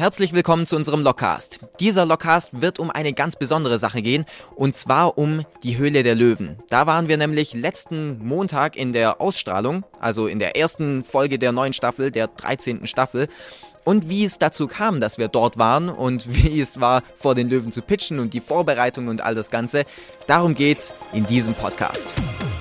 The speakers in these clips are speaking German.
Herzlich willkommen zu unserem Logcast. Dieser Logcast wird um eine ganz besondere Sache gehen, und zwar um die Höhle der Löwen. Da waren wir nämlich letzten Montag in der Ausstrahlung, also in der ersten Folge der neuen Staffel, der 13. Staffel. Und wie es dazu kam, dass wir dort waren und wie es war, vor den Löwen zu pitchen und die Vorbereitung und all das Ganze, darum geht's in diesem Podcast.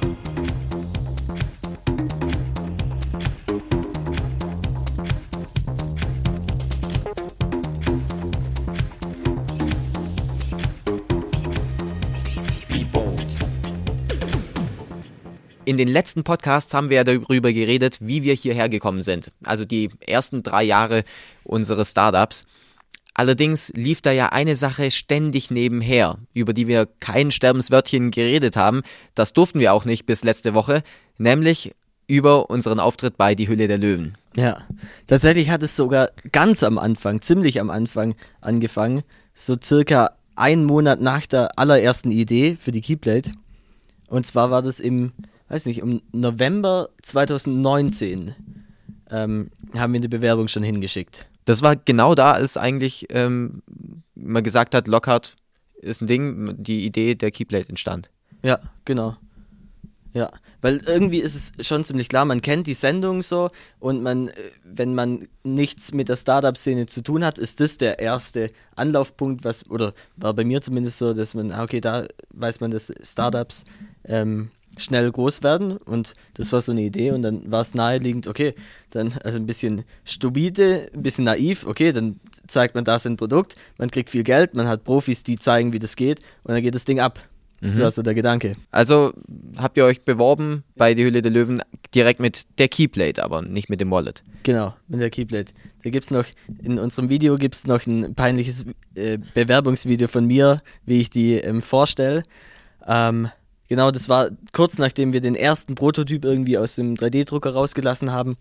In den letzten Podcasts haben wir ja darüber geredet, wie wir hierher gekommen sind. Also die ersten 3 Jahre unseres Startups. Allerdings lief da ja eine Sache ständig nebenher, über die wir kein Sterbenswörtchen geredet haben. Das durften wir auch nicht bis letzte Woche, nämlich über unseren Auftritt bei Die Höhle der Löwen. Ja, tatsächlich hat es sogar ganz am Anfang, ziemlich am Anfang angefangen, so circa 1 Monat nach der allerersten Idee für die Keyplate. Und zwar war das im November 2019 haben wir eine Bewerbung schon hingeschickt. Das war genau da, als eigentlich man gesagt hat, Lockhart ist ein Ding, die Idee der Keyplate entstand. Ja, genau. Ja, weil irgendwie ist es schon ziemlich klar, man kennt die Sendung so und wenn man nichts mit der Startup-Szene zu tun hat, ist das der erste Anlaufpunkt, oder war bei mir zumindest so, dass man, okay, da weiß man, dass Startups schnell groß werden, und das war so eine Idee, und dann war es naheliegend, okay, dann also ein bisschen stupide, ein bisschen naiv, okay, dann zeigt man da sein Produkt, man kriegt viel Geld, man hat Profis, die zeigen, wie das geht, und dann geht das Ding ab. Das war so der Gedanke. Also habt ihr euch beworben bei Die Höhle der Löwen direkt mit der Keyplate, aber nicht mit dem Wallet? Genau, mit der Keyplate. Da gibt's noch, in unserem Video gibt es noch ein peinliches Bewerbungsvideo von mir, wie ich die vorstelle. Genau, das war kurz nachdem wir den ersten Prototyp irgendwie aus dem 3D-Drucker rausgelassen haben.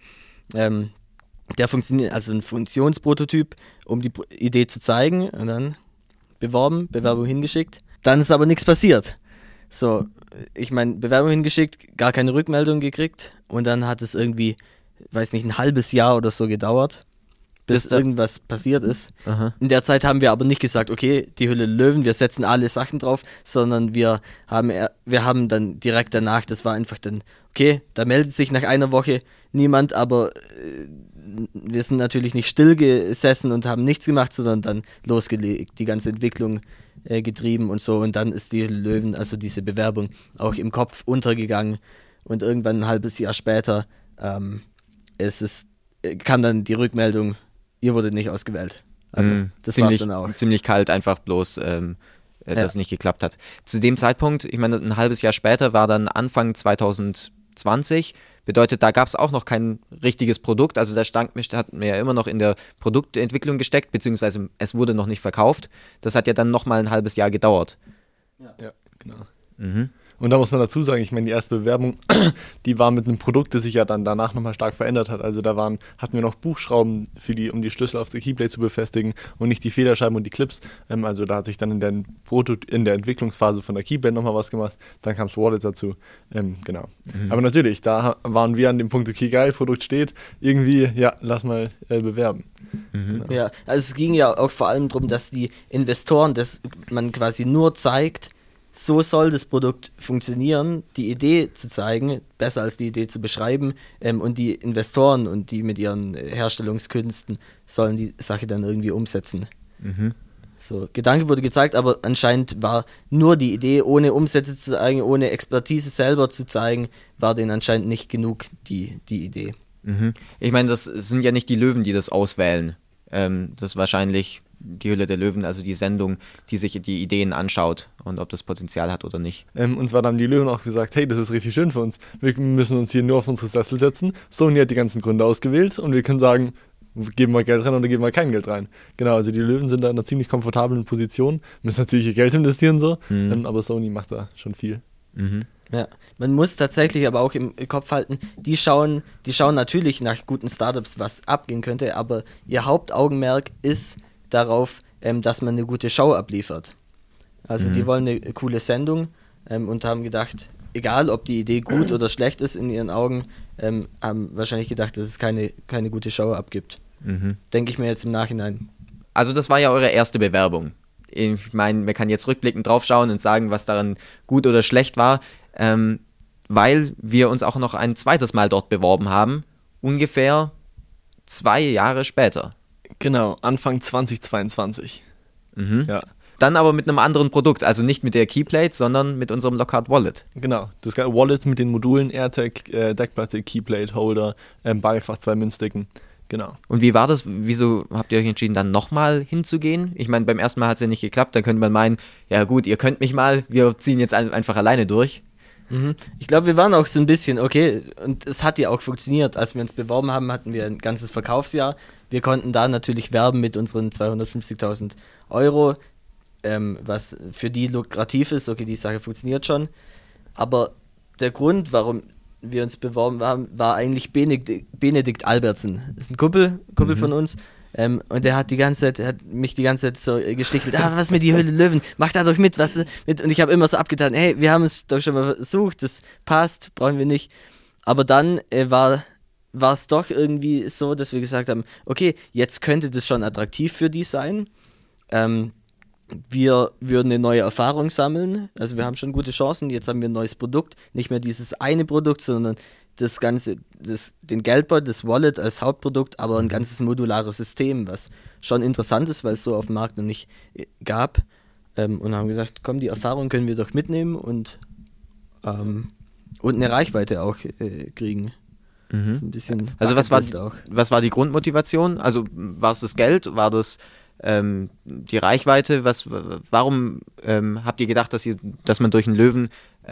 Der funktioniert, also ein Funktionsprototyp, um die Idee zu zeigen, und dann Bewerbung hingeschickt. Dann ist aber nichts passiert. So, ich meine, Bewerbung hingeschickt, gar keine Rückmeldung gekriegt, und dann hat es irgendwie, weiß nicht, ein halbes Jahr oder so gedauert, bis irgendwas passiert ist. Aha. In der Zeit haben wir aber nicht gesagt, okay, die Höhle der Löwen, wir setzen alle Sachen drauf, sondern wir haben dann direkt danach, das war einfach dann, okay, da meldet sich nach einer Woche niemand, aber wir sind natürlich nicht still gesessen und haben nichts gemacht, sondern dann losgelegt, die ganze Entwicklung getrieben und so, und dann ist die Löwen, also diese Bewerbung, auch im Kopf untergegangen, und irgendwann ein halbes Jahr später kam dann die Rückmeldung, ihr wurdet nicht ausgewählt. Also das war dann auch. Ziemlich kalt, einfach bloß, dass es nicht geklappt hat. Zu dem Zeitpunkt, ich meine, ein halbes Jahr später war dann Anfang 2020, bedeutet, da gab es auch noch kein richtiges Produkt, also der Standmisch hat mir ja immer noch in der Produktentwicklung gesteckt, beziehungsweise es wurde noch nicht verkauft. Das hat ja dann nochmal ein halbes Jahr gedauert. Ja, genau. Mhm. Und da muss man dazu sagen, ich meine, die erste Bewerbung, die war mit einem Produkt, das sich ja dann danach nochmal stark verändert hat. Also da hatten wir noch Buchschrauben um die Schlüssel auf der Keyplate zu befestigen und nicht die Federscheiben und die Clips. Also da hat sich dann in der Entwicklungsphase von der Keyplate nochmal was gemacht. Dann kam das Wallet dazu. Genau. Mhm. Aber natürlich, da waren wir an dem Punkt, okay, geil, Produkt steht, irgendwie, ja, lass mal bewerben. Mhm. Genau. Ja, also es ging ja auch vor allem darum, dass die Investoren, dass man quasi nur zeigt, so soll das Produkt funktionieren, die Idee zu zeigen, besser als die Idee zu beschreiben, und die Investoren und die mit ihren Herstellungskünsten sollen die Sache dann irgendwie umsetzen. Mhm. So, Gedanke wurde gezeigt, aber anscheinend war nur die Idee, ohne Umsätze zu zeigen, ohne Expertise selber zu zeigen, war denen anscheinend nicht genug die Idee. Mhm. Ich meine, das sind ja nicht die Löwen, die das auswählen. Das ist wahrscheinlich die Höhle der Löwen, also die Sendung, die sich die Ideen anschaut und ob das Potenzial hat oder nicht. Und zwar haben die Löwen auch gesagt, hey, das ist richtig schön für uns. Wir müssen uns hier nur auf unsere Sessel setzen. Sony hat die ganzen Gründe ausgewählt und wir können sagen, geben wir Geld rein oder geben wir kein Geld rein. Genau, also die Löwen sind da in einer ziemlich komfortablen Position, müssen natürlich ihr Geld investieren so, aber Sony macht da schon viel. Mhm. Ja, man muss tatsächlich aber auch im Kopf halten, die schauen natürlich nach guten Startups, was abgehen könnte, aber ihr Hauptaugenmerk ist darauf, dass man eine gute Show abliefert. Also die wollen eine coole Sendung und haben gedacht, egal ob die Idee gut oder schlecht ist in ihren Augen, haben wahrscheinlich gedacht, dass es keine gute Show abgibt. Denke ich mir jetzt im Nachhinein. Also das war ja eure erste Bewerbung. Ich meine, man kann jetzt rückblickend draufschauen und sagen, was daran gut oder schlecht war, weil wir uns auch noch ein zweites Mal dort beworben haben, ungefähr 2 Jahre später. Genau, Anfang 2022. Ja. Dann aber mit einem anderen Produkt, also nicht mit der Keyplate, sondern mit unserem Lockhart Wallet. Genau, das Wallet mit den Modulen AirTag, Deckplatte, Keyplate, Holder, Bargeldfach, 2 Münzdecken. Genau. Und wie war das? Wieso habt ihr euch entschieden, dann nochmal hinzugehen? Ich meine, beim ersten Mal hat es ja nicht geklappt, dann könnte man meinen, ja gut, ihr könnt mich mal, wir ziehen jetzt einfach alleine durch. Ich glaube, wir waren auch so ein bisschen, okay, und es hat ja auch funktioniert. Als wir uns beworben haben, hatten wir ein ganzes Verkaufsjahr. Wir konnten da natürlich werben mit unseren 250.000 Euro, was für die lukrativ ist. Okay, die Sache funktioniert schon. Aber der Grund, warum wir uns beworben haben, war eigentlich Benedikt Albertsen. Das ist ein Kumpel von uns. Und der hat mich die ganze Zeit so gestichelt, was mit die Höhle Löwen, mach da doch mit, was mit. Und ich habe immer so abgetan, hey, wir haben es doch schon mal versucht, das passt, brauchen wir nicht. Aber dann war es doch irgendwie so, dass wir gesagt haben, okay, jetzt könnte das schon attraktiv für die sein. Wir würden eine neue Erfahrung sammeln, also wir haben schon gute Chancen, jetzt haben wir ein neues Produkt, nicht mehr dieses eine Produkt, sondern das Ganze, den Geldbeutel, das Wallet als Hauptprodukt, aber ein ganzes modulares System, was schon interessant ist, weil es so auf dem Markt noch nicht gab. Und haben gesagt, komm, die Erfahrung können wir doch mitnehmen und eine Reichweite auch kriegen. So ein bisschen. Also was war die Grundmotivation? Also war es das Geld? War das die Reichweite? Warum habt ihr gedacht, dass man durch einen Löwen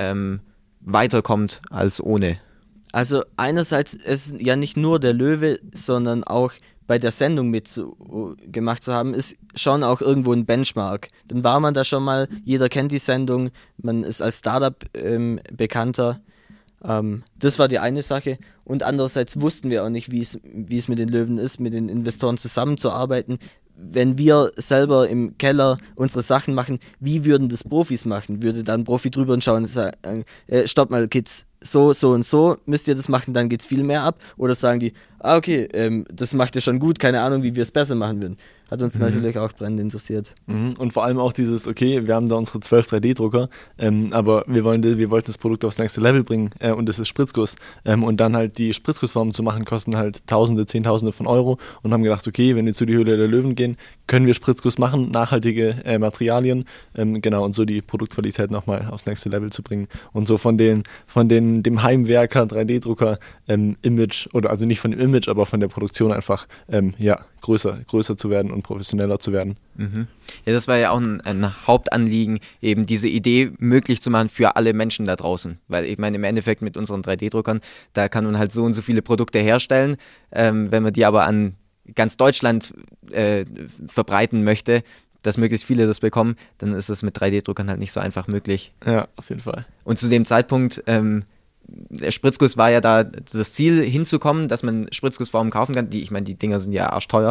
weiterkommt als ohne? Also einerseits ist ja nicht nur der Löwe, sondern auch bei der Sendung mitgemacht zu haben, ist schon auch irgendwo ein Benchmark. Dann war man da schon mal, jeder kennt die Sendung, man ist als Startup bekannter. Das war die eine Sache. Und andererseits wussten wir auch nicht, wie es mit den Löwen ist, mit den Investoren zusammenzuarbeiten. Wenn wir selber im Keller unsere Sachen machen, wie würden das Profis machen? Würde dann ein Profi drüber und schauen und sagen, stopp mal Kids, so und so müsst ihr das machen, dann geht's viel mehr ab. Oder sagen die, okay, das macht ihr schon gut, keine Ahnung, wie wir es besser machen würden. Hat uns natürlich auch brennend interessiert. Und vor allem auch dieses, okay, wir haben da unsere 12 3D-Drucker, aber wir wollten das Produkt aufs nächste Level bringen und das ist Spritzguss. Und dann halt die Spritzgussformen zu machen, kosten halt Tausende, Zehntausende von Euro und haben gedacht, okay, wenn wir zu die Höhle der Löwen gehen, können wir Spritzguss machen, nachhaltige Materialien, genau, und so die Produktqualität nochmal aufs nächste Level zu bringen. Und so von dem Heimwerker 3D-Drucker Image, oder also nicht von dem Image, aber von der Produktion einfach, größer zu werden und professioneller zu werden. Ja, das war ja auch ein Hauptanliegen, eben diese Idee möglich zu machen für alle Menschen da draußen. Weil ich meine, im Endeffekt mit unseren 3D-Druckern, da kann man halt so und so viele Produkte herstellen. Wenn man die aber an ganz Deutschland verbreiten möchte, dass möglichst viele das bekommen, dann ist es mit 3D-Druckern halt nicht so einfach möglich. Ja, auf jeden Fall. Und zu dem Zeitpunkt, der Spritzguss war ja da das Ziel hinzukommen, dass man Spritzgussformen kaufen kann. Die Dinger sind ja arschteuer.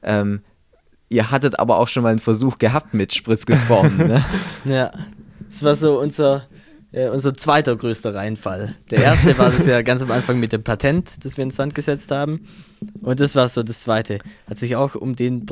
Ihr hattet aber auch schon mal einen Versuch gehabt mit Spritzgussformen, ne? Ja, das war so unser zweiter größter Reinfall. Der erste war das ja ganz am Anfang mit dem Patent, das wir ins Sand gesetzt haben. Und das war so das zweite. Hat sich auch um den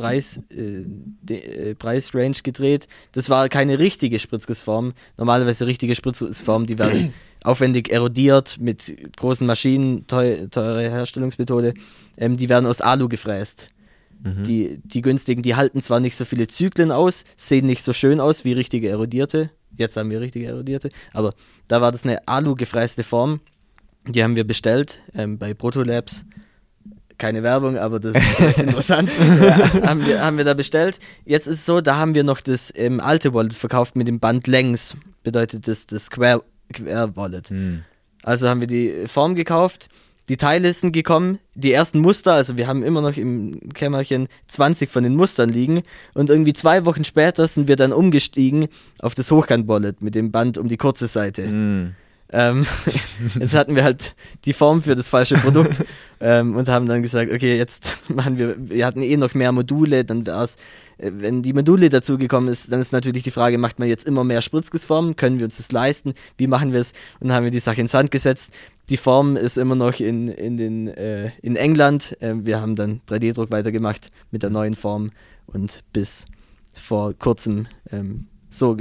Preisrange gedreht. Das war keine richtige Spritzgussform. Normalerweise richtige Spritzgussformen, die werden aufwendig erodiert mit großen Maschinen, teure Herstellungsmethode. Die werden aus Alu gefräst. Die günstigen, die halten zwar nicht so viele Zyklen aus, sehen nicht so schön aus wie richtige erodierte. Jetzt haben wir richtige erodierte, aber da war das eine Alu-gefräste Form. Die haben wir bestellt bei Protolabs. Keine Werbung, aber das ist echt interessant. haben wir da bestellt. Jetzt ist es so, da haben wir noch das alte Wallet verkauft mit dem Band längs. Bedeutet das Square Wallet. Also haben wir die Form gekauft. Die Teile sind gekommen, die ersten Muster, also wir haben immer noch im Kämmerchen 20 von den Mustern liegen und irgendwie 2 Wochen später sind wir dann umgestiegen auf das Hochkant-Wallet mit dem Band um die kurze Seite. Jetzt hatten wir halt die Form für das falsche Produkt und haben dann gesagt, okay, jetzt machen wir hatten noch mehr Module, dann war es, wenn die Module dazugekommen ist, dann ist natürlich die Frage, macht man jetzt immer mehr Spritzgussformen, können wir uns das leisten, wie machen wir es? Und dann haben wir die Sache in Sand gesetzt. Die Form ist immer noch in England, wir haben dann 3D-Druck weitergemacht mit der neuen Form und bis vor kurzem so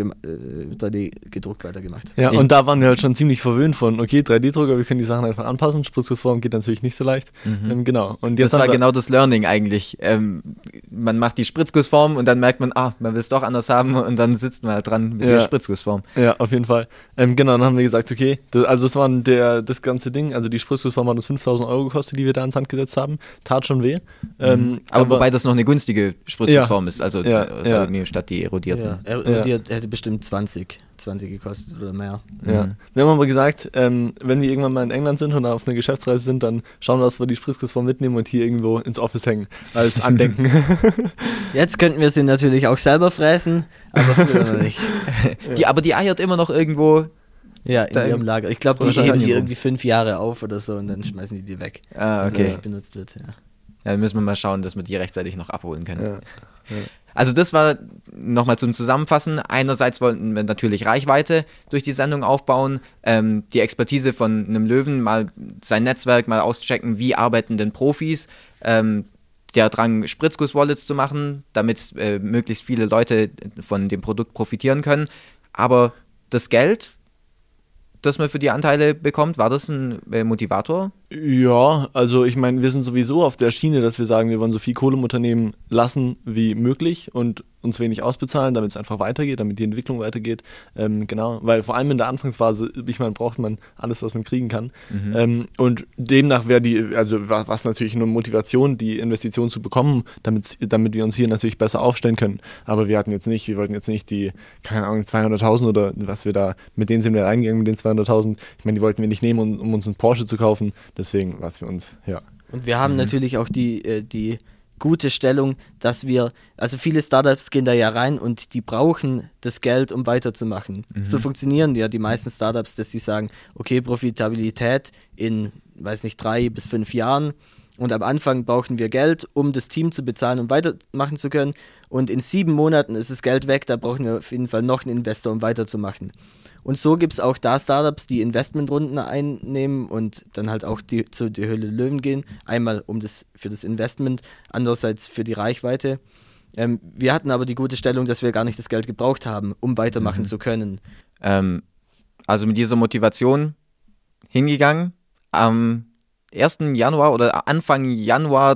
3D gedruckt weitergemacht. Ja, und da waren wir halt schon ziemlich verwöhnt von, okay, 3D-Drucker, wir können die Sachen einfach anpassen, Spritzgussform geht natürlich nicht so leicht. Genau. Und jetzt das war genau das Learning eigentlich. Man macht die Spritzgussform und dann merkt man, man will es doch anders haben und dann sitzt man halt dran mit der Spritzgussform. Ja, auf jeden Fall. Genau, dann haben wir gesagt, okay, das waren das ganze Ding, also die Spritzgussform hat uns 5.000 Euro gekostet, die wir da ins Hand gesetzt haben. Tat schon weh. Aber wobei das noch eine günstige Spritzgussform ist, also statt die erodierten. Erodiert hätte bestimmt 20 gekostet oder mehr. Ja. Wir haben aber gesagt, wenn wir irgendwann mal in England sind und auf einer Geschäftsreise sind, dann schauen wir, dass wir die Spritzgussform mitnehmen und hier irgendwo ins Office hängen, als Andenken. Jetzt könnten wir sie natürlich auch selber fräsen, aber früher noch nicht. Aber die eiert immer noch irgendwo. Ja, in ihrem Lager. Ich glaube, die heben die irgendwie 5 Jahre auf oder so und dann schmeißen die weg. Okay. Benutzt wird, Ja, dann müssen wir mal schauen, dass wir die rechtzeitig noch abholen können. Ja. Also das war nochmal zum Zusammenfassen. Einerseits wollten wir natürlich Reichweite durch die Sendung aufbauen, die Expertise von einem Löwen, mal sein Netzwerk mal auschecken, wie arbeiten denn Profis, der Drang, Spritzguss-Wallets zu machen, damit möglichst viele Leute von dem Produkt profitieren können. Aber das Geld, das man für die Anteile bekommt, war das ein Motivator? Ja, also ich meine, wir sind sowieso auf der Schiene, dass wir sagen, wir wollen so viel Kohle im Unternehmen lassen wie möglich und uns wenig ausbezahlen, damit es einfach weitergeht, damit die Entwicklung weitergeht. Genau, weil vor allem in der Anfangsphase, ich meine, braucht man alles, was man kriegen kann. Und demnach wäre was natürlich eine Motivation, die Investition zu bekommen, damit wir uns hier natürlich besser aufstellen können. Aber wir wollten jetzt nicht die, keine Ahnung, 200.000 oder was wir da, mit denen sind wir reingegangen, mit den 200.000. Ich meine, die wollten wir nicht nehmen, um uns einen Porsche zu kaufen. Deswegen war es für uns, ja. Und wir haben natürlich auch die gute Stellung, dass also viele Startups gehen da ja rein und die brauchen das Geld, um weiterzumachen. So funktionieren ja die meisten Startups, dass sie sagen, okay, Profitabilität in, 3 bis 5 Jahren und am Anfang brauchen wir Geld, um das Team zu bezahlen, um weitermachen zu können und in 7 Monaten ist das Geld weg, da brauchen wir auf jeden Fall noch einen Investor, um weiterzumachen. Und so gibt es auch da Startups, die Investmentrunden einnehmen und dann halt auch zu der Höhle der Löwen gehen. Einmal für das Investment, andererseits für die Reichweite. Wir hatten aber die gute Stellung, dass wir gar nicht das Geld gebraucht haben, um weitermachen zu können. Also mit dieser Motivation hingegangen. Am 1. Januar oder Anfang Januar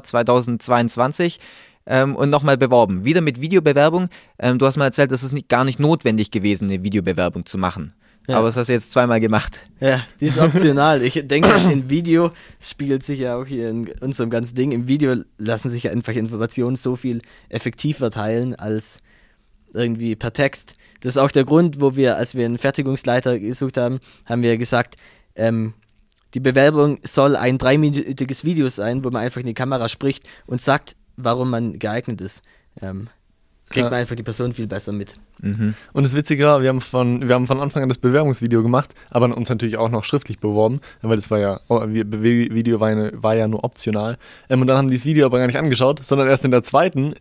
2022 und nochmal beworben. Wieder mit Videobewerbung. Du hast mal erzählt, es ist gar nicht notwendig gewesen, eine Videobewerbung zu machen. Ja. Aber das hast du jetzt 2-mal gemacht. Ja, die ist optional. Ich denke, in Video spiegelt sich ja auch hier in unserem ganzen Ding. Im Video lassen sich ja einfach Informationen so viel effektiver teilen als irgendwie per Text. Das ist auch der Grund, wo wir, als wir einen Fertigungsleiter gesucht haben, haben wir gesagt, die Bewerbung soll ein 3-minütiges Video sein, wo man einfach in die Kamera spricht und sagt, warum man geeignet ist. Kriegt man einfach die Person viel besser mit. Und das Witzige war, wir haben von Anfang an das Bewerbungsvideo gemacht, aber uns natürlich auch noch schriftlich beworben, weil das Video war ja nur optional. Und dann haben die das Video aber gar nicht angeschaut, sondern erst in der zweiten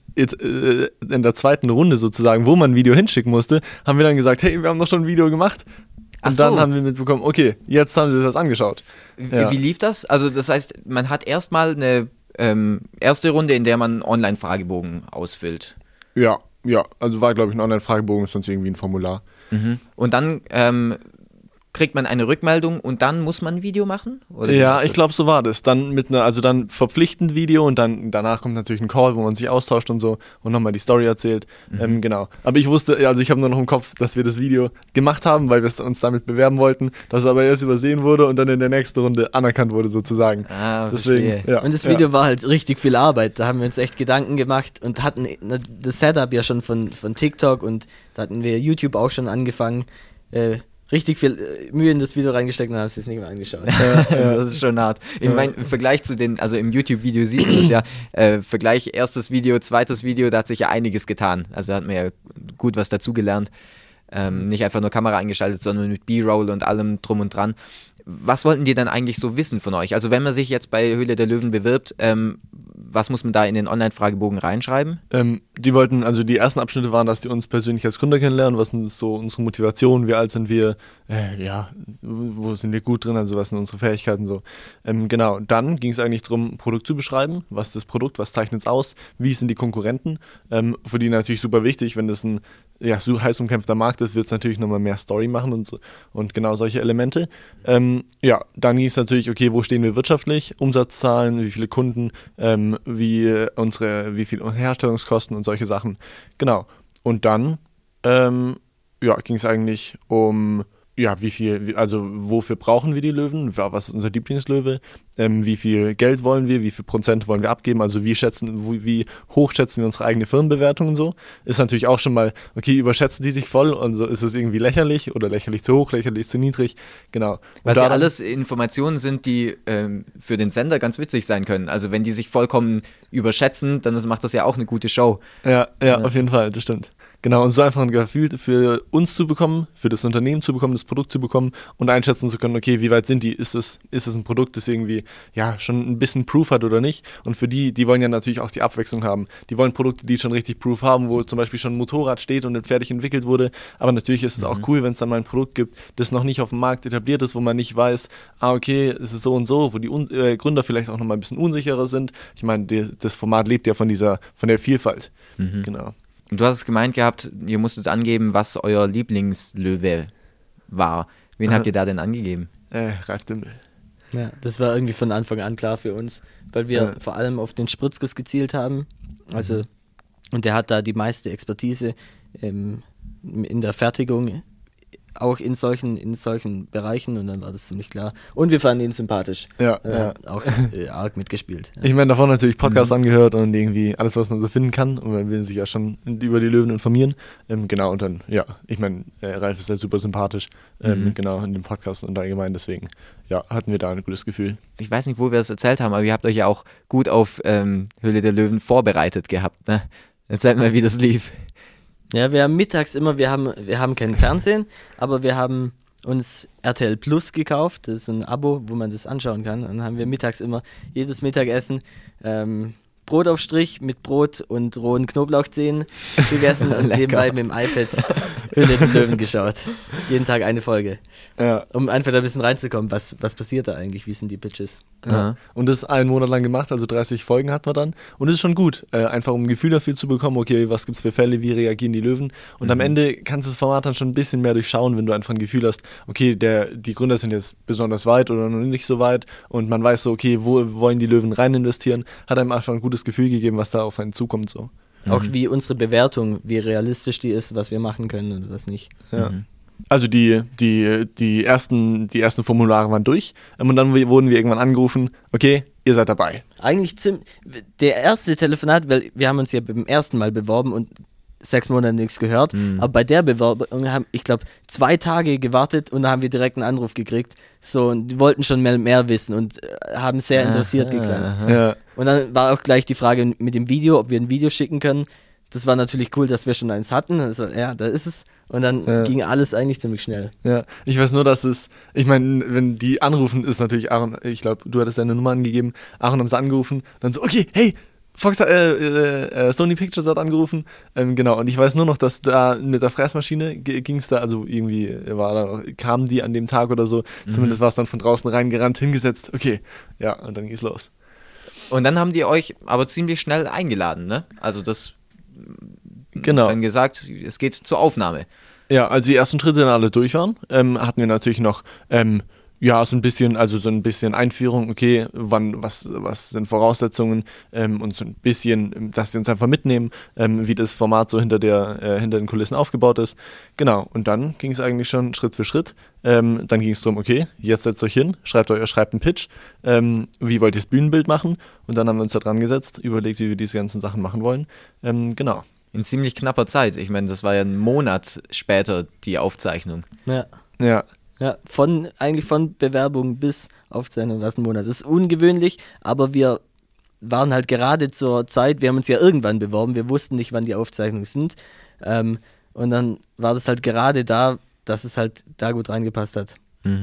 Runde sozusagen, wo man ein Video hinschicken musste, haben wir dann gesagt, hey, wir haben doch schon ein Video gemacht. Und dann haben wir mitbekommen, okay, jetzt haben sie das angeschaut. Wie lief das? Also das heißt, man hat erstmal eine erste Runde, in der man einen Online-Fragebogen ausfüllt. Ja, also war, glaube ich, ein Online-Fragebogen, ist sonst irgendwie ein Formular. Und dann kriegt man eine Rückmeldung und dann muss man ein Video machen? Oder ja, ich glaube, so war das. Dann dann verpflichtend Video und dann danach kommt natürlich ein Call, wo man sich austauscht und so und nochmal die Story erzählt. Genau. Aber ich wusste, also ich habe nur noch im Kopf, dass wir das Video gemacht haben, weil wir uns damit bewerben wollten, dass es aber erst übersehen wurde und dann in der nächsten Runde anerkannt wurde sozusagen. Deswegen, ja. Und das Video war halt richtig viel Arbeit. Da haben wir uns echt Gedanken gemacht und hatten das Setup ja schon von TikTok und da hatten wir YouTube auch schon angefangen. Richtig viel Mühe in das Video reingesteckt und haben es jetzt nicht mehr angeschaut. Das ist schon hart. Ich meine, im Vergleich zu also im YouTube-Video sieht man das ja, Vergleich erstes Video, zweites Video, da hat sich ja einiges getan. Also da hat man ja gut was dazugelernt. Nicht einfach nur Kamera eingeschaltet, sondern mit B-Roll und allem drum und dran. Was wollten die denn eigentlich so wissen von euch? Also wenn man sich jetzt bei Höhle der Löwen bewirbt, was muss man da in den Online-Fragebogen reinschreiben? Die wollten, also die ersten Abschnitte waren, dass die uns persönlich als Gründer kennenlernen, was ist so unsere Motivation, wie alt sind wir, wo sind wir gut drin, also was sind unsere Fähigkeiten so. Genau, dann ging es eigentlich darum, Produkt zu beschreiben, was ist das Produkt, was zeichnet es aus, wie sind die Konkurrenten, für die natürlich super wichtig, wenn das ein so heiß umkämpfter Markt ist, wird es natürlich nochmal mehr Story machen und so, und genau solche Elemente. Dann ging es natürlich, okay, wo stehen wir wirtschaftlich, Umsatzzahlen, wie viele Kunden, wie viel Herstellungskosten und solche Sachen. Genau. Und dann ging es eigentlich um wofür brauchen wir die Löwen? Was ist unser Lieblingslöwe? Wie viel Geld wollen wir? Wie viel Prozent wollen wir abgeben? Also wie hoch schätzen wir unsere eigene Firmenbewertung und so? Ist natürlich auch schon mal, okay, überschätzen die sich voll und so ist es irgendwie lächerlich oder lächerlich zu hoch, lächerlich zu niedrig. Genau. Was ja alles Informationen sind, die für den Sender ganz witzig sein können. Also wenn die sich vollkommen überschätzen, dann macht das ja auch eine gute Show. Ja, auf jeden Fall, das stimmt. Genau, und so einfach ein Gefühl für uns zu bekommen, für das Unternehmen zu bekommen, das Produkt zu bekommen und einschätzen zu können, okay, wie weit sind die? Ist es ein Produkt, das irgendwie schon ein bisschen Proof hat oder nicht? Und für die wollen ja natürlich auch die Abwechslung haben. Die wollen Produkte, die schon richtig Proof haben, wo zum Beispiel schon ein Motorrad steht und fertig entwickelt wurde. Aber natürlich ist es auch cool, wenn es dann mal ein Produkt gibt, das noch nicht auf dem Markt etabliert ist, wo man nicht weiß, okay, es ist so und so, wo die Gründer vielleicht auch noch mal ein bisschen unsicherer sind. Ich meine, das Format lebt ja von der Vielfalt. Genau. Und du hast es gemeint gehabt, ihr musstet angeben, was euer Lieblingslöwe war. Wen habt ihr da denn angegeben? Ralf Dümmel. Ja, das war irgendwie von Anfang an klar für uns, weil wir vor allem auf den Spritzguss gezielt haben. Also, und der hat da die meiste Expertise in der Fertigung, auch in solchen Bereichen, und dann war das ziemlich klar. Und wir fanden ihn sympathisch. Auch arg mitgespielt. Ja. Ich meine, davon natürlich Podcasts angehört und irgendwie alles, was man so finden kann. Und man will sich ja schon über die Löwen informieren. Genau, und dann, ich meine, Ralf ist halt super sympathisch, genau, in dem Podcast und allgemein. Deswegen, hatten wir da ein gutes Gefühl. Ich weiß nicht, wo wir das erzählt haben, aber ihr habt euch ja auch gut auf Höhle der Löwen vorbereitet gehabt, ne? Erzählt mal, wie das lief. Ja, wir haben mittags immer, wir haben kein Fernsehen, aber wir haben uns RTL Plus gekauft, das ist ein Abo, wo man das anschauen kann, und dann haben wir mittags immer jedes Mittagessen Brotaufstrich mit Brot und rohen Knoblauchzehen gegessen und nebenbei mit dem iPad Höhle der Löwen geschaut. Jeden Tag eine Folge. Ja. Um einfach da ein bisschen reinzukommen, was passiert da eigentlich, wie sind die Pitches. Ja. Und das 1 Monat lang gemacht, also 30 Folgen hatten wir dann. Und es ist schon gut, einfach um ein Gefühl dafür zu bekommen, okay, was gibt's für Fälle, wie reagieren die Löwen. Und am Ende kannst du das Format dann schon ein bisschen mehr durchschauen, wenn du einfach ein Gefühl hast, okay, die Gründer sind jetzt besonders weit oder noch nicht so weit. Und man weiß so, okay, wo wollen die Löwen rein investieren. Hat einem einfach ein gutes Gefühl gegeben, was da auf einen zukommt. So. Auch wie unsere Bewertung, wie realistisch die ist, was wir machen können und was nicht. Ja. Also die ersten Formulare waren durch und dann wurden wir irgendwann angerufen, okay, ihr seid dabei. Eigentlich der erste Telefonat, weil wir haben uns ja beim ersten Mal beworben und 6 Monate nichts gehört, aber bei der Bewerbung haben, ich glaube, 2 Tage gewartet und da haben wir direkt einen Anruf gekriegt, so, und die wollten schon mehr wissen und haben sehr interessiert geklungen. Ja. Und dann war auch gleich die Frage mit dem Video, ob wir ein Video schicken können. Das war natürlich cool, dass wir schon eins hatten. Also, da ist es. Und dann ging alles eigentlich ziemlich schnell. Ja, ich weiß nur, dass ich meine, wenn die anrufen, ist natürlich Aaron, ich glaube, du hattest deine Nummer angegeben, Aaron haben sie angerufen, dann so, okay, hey, Fox, Sony Pictures hat angerufen, genau, und ich weiß nur noch, dass da mit der Fräsmaschine ging es da, also irgendwie kamen die an dem Tag oder so, zumindest war es dann von draußen reingerannt, hingesetzt, okay, ja, und dann ging's los. Und dann haben die euch aber ziemlich schnell eingeladen, ne? Also das dann gesagt, es geht zur Aufnahme. Ja, als die ersten Schritte dann alle durch waren, hatten wir natürlich noch so ein bisschen Einführung, okay, was sind Voraussetzungen und so ein bisschen, dass die uns einfach mitnehmen, wie das Format so hinter den Kulissen aufgebaut ist. Genau, und dann ging es eigentlich schon Schritt für Schritt. Dann ging es darum, okay, jetzt setzt euch hin, schreibt einen Pitch, wie wollt ihr das Bühnenbild machen? Und dann haben wir uns da dran gesetzt, überlegt, wie wir diese ganzen Sachen machen wollen. Genau. In ziemlich knapper Zeit. Ich meine, das war ja 1 Monat später die Aufzeichnung. Ja, von Bewerbung bis Aufzeichnung war es 1 Monat. Das ist ungewöhnlich, aber wir waren halt gerade zur Zeit, wir haben uns ja irgendwann beworben, wir wussten nicht, wann die Aufzeichnungen sind. Und dann war das halt gerade da, dass es halt da gut reingepasst hat. Mhm.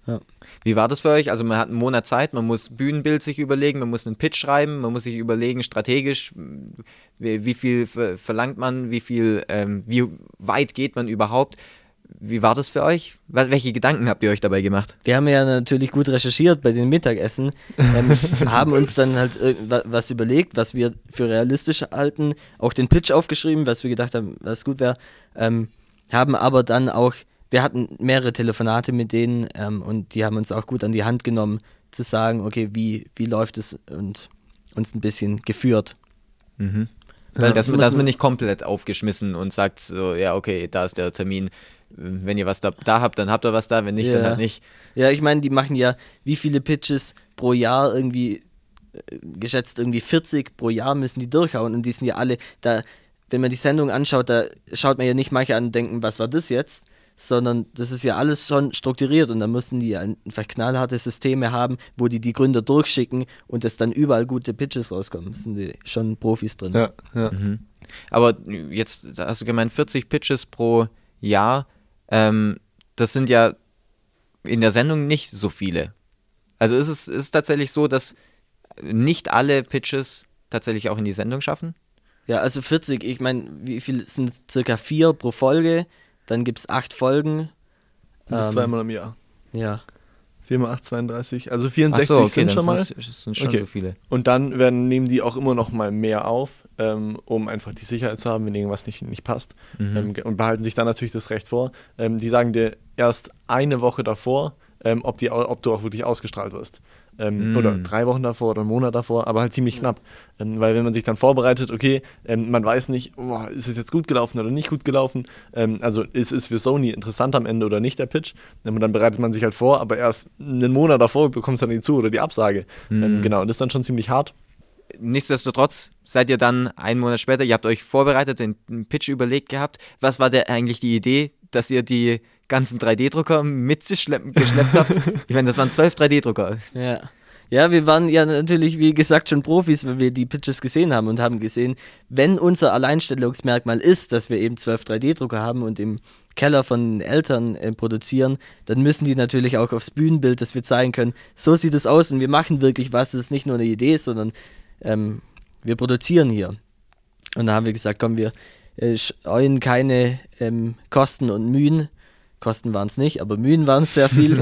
Ja. Wie war das für euch? Also man hat einen Monat Zeit, man muss Bühnenbild sich überlegen, man muss einen Pitch schreiben, man muss sich überlegen strategisch, wie viel verlangt man, wie weit geht man überhaupt. Wie war das für euch? Welche Gedanken habt ihr euch dabei gemacht? Wir haben ja natürlich gut recherchiert bei den Mittagessen, haben uns dann halt was überlegt, was wir für realistisch halten, auch den Pitch aufgeschrieben, was wir gedacht haben, was gut wäre, haben aber dann auch, wir hatten mehrere Telefonate mit denen und die haben uns auch gut an die Hand genommen, zu sagen, okay, wie läuft es und uns ein bisschen geführt. Mhm. Weil dass man nicht komplett aufgeschmissen und sagt so, ja okay, da ist der Termin, wenn ihr was da habt, dann habt ihr was da, wenn nicht, dann halt nicht. Ja, ich meine, die machen ja wie viele Pitches pro Jahr irgendwie, geschätzt irgendwie 40 pro Jahr müssen die durchhauen und die sind ja alle, da, wenn man die Sendung anschaut, da schaut man ja nicht manche an und denken, was war das jetzt? Sondern das ist ja alles schon strukturiert und da müssen die einfach knallharte Systeme haben, wo die Gründer durchschicken und dass dann überall gute Pitches rauskommen. Da sind die schon Profis drin. Ja, ja. Mhm. Aber jetzt hast du gemeint 40 Pitches pro Jahr, das sind ja in der Sendung nicht so viele. Also ist es tatsächlich so, dass nicht alle Pitches tatsächlich auch in die Sendung schaffen? Ja, also 40, ich meine, wie viel sind circa 4 pro Folge? Dann gibt es 8 Folgen. Bis 2-mal im Jahr. Ja. 4 mal 8, 32. Also 64 okay, sind schon mal. Das sind schon so viele. Und dann nehmen die auch immer noch mal mehr auf, um einfach die Sicherheit zu haben, wenn irgendwas nicht passt. Und behalten sich dann natürlich das Recht vor. Die sagen dir erst eine Woche davor, ob du auch wirklich ausgestrahlt wirst. Oder 3 Wochen davor oder einen Monat davor, aber halt ziemlich knapp. Weil wenn man sich dann vorbereitet, okay, man weiß nicht, ist es jetzt gut gelaufen oder nicht gut gelaufen, also ist es für Sony interessant am Ende oder nicht der Pitch, und dann bereitet man sich halt vor, aber erst einen Monat davor bekommst du dann die Zu- oder die Absage. Genau, und das ist dann schon ziemlich hart. Nichtsdestotrotz seid ihr dann einen Monat später, ihr habt euch vorbereitet, den Pitch überlegt gehabt. Was war eigentlich die Idee, dass ihr die ganzen 3D-Drucker mit sich geschleppt habt? Ich meine, das waren 12 3D-Drucker. Ja, wir waren ja natürlich, wie gesagt, schon Profis, weil wir die Pitches gesehen haben und haben gesehen, wenn unser Alleinstellungsmerkmal ist, dass wir eben 12 3D-Drucker haben und im Keller von Eltern produzieren, dann müssen die natürlich auch aufs Bühnenbild, dass wir zeigen können, so sieht es aus und wir machen wirklich was, es ist nicht nur eine Idee, sondern wir produzieren hier. Und da haben wir gesagt, komm, wir scheuen keine Kosten und Mühen. Kosten waren es nicht, aber Mühen waren es sehr viel,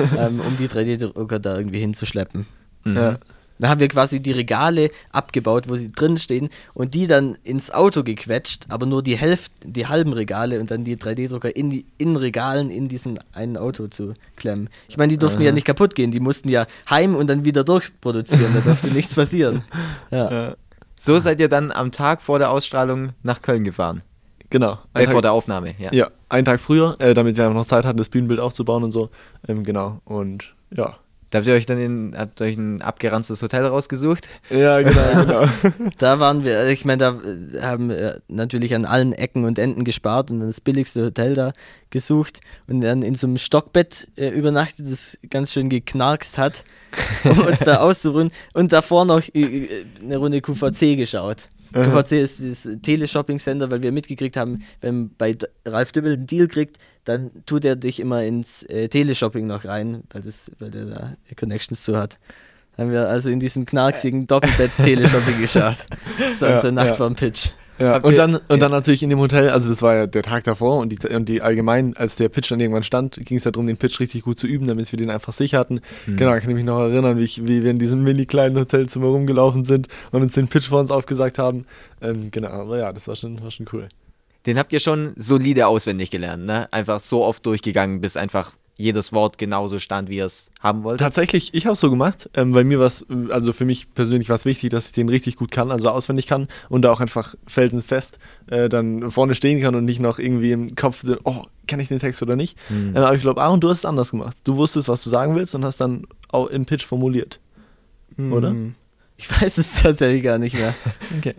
um die 3D-Drucker da irgendwie hinzuschleppen. Ja. Da haben wir quasi die Regale abgebaut, wo sie drin stehen und die dann ins Auto gequetscht, aber nur die halben Regale und dann die 3D-Drucker in Regalen in diesen einen Auto zu klemmen. Ich meine, die durften ja nicht kaputt gehen, die mussten ja heim und dann wieder durchproduzieren, da durfte nichts passieren. Ja. So seid ihr dann am Tag vor der Ausstrahlung nach Köln gefahren? Genau. Vor der Aufnahme, ja. Ja, einen Tag früher, damit sie einfach noch Zeit hatten, das Bühnenbild aufzubauen und so. Genau, und ja. Da habt ihr euch dann ein abgeranztes Hotel rausgesucht? Ja, genau. Da waren wir, ich meine, da haben wir natürlich an allen Ecken und Enden gespart und dann das billigste Hotel da gesucht und dann in so einem Stockbett übernachtet, das ganz schön geknarkst hat, um uns da auszuruhen und davor noch eine Runde QVC geschaut. QVC ist das Teleshopping-Center, weil wir mitgekriegt haben, wenn man bei Ralf Dümmel einen Deal kriegt, dann tut er dich immer ins Teleshopping noch rein, weil der da Connections zu hat. Haben wir also in diesem knarksigen Doppelbett Teleshopping geschaut. Das war unsere Nacht vorm Pitch. Ja, und dann natürlich in dem Hotel, also das war ja der Tag davor und die allgemein, als der Pitch dann irgendwann stand, ging es ja darum, den Pitch richtig gut zu üben, damit wir den einfach sicher hatten. Genau, da kann ich mich noch erinnern, wie wir in diesem mini kleinen Hotelzimmer rumgelaufen sind und uns den Pitch vor uns aufgesagt haben. Genau, aber ja, das war schon cool. Den habt ihr schon solide auswendig gelernt, ne? Einfach so oft durchgegangen, bis einfach jedes Wort genauso stand, wie ihr es haben wollt? Tatsächlich, ich habe es so gemacht, weil mir also für mich persönlich war es wichtig, dass ich den richtig gut kann, also auswendig kann und da auch einfach felsenfest dann vorne stehen kann und nicht noch irgendwie im Kopf, kann ich den Text oder nicht. Aber ich glaube, Aaron, du hast es anders gemacht. Du wusstest, was du sagen willst und hast dann auch im Pitch formuliert, oder? Ich weiß es tatsächlich gar nicht mehr. Okay.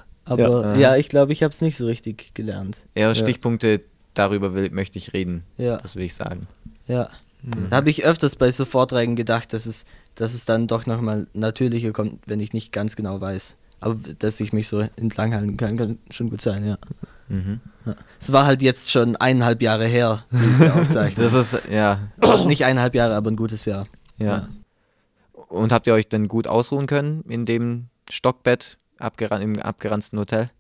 Aber ja, ich glaube, ich habe es nicht so richtig gelernt. Eher Stichpunkte, darüber möchte ich reden, das will ich sagen. Ja, da habe ich öfters bei so Vorträgen gedacht, dass es dann doch nochmal natürlicher kommt, wenn ich nicht ganz genau weiß. Aber dass ich mich so entlanghalten kann schon gut sein, ja. Es war halt jetzt schon 1,5 Jahre her, wie es ja aufzeichnet. Das ist, ja. Nicht 1,5 Jahre, aber ein gutes Jahr. Ja. Und habt ihr euch dann gut ausruhen können in dem Stockbett im abgeranzten Hotel?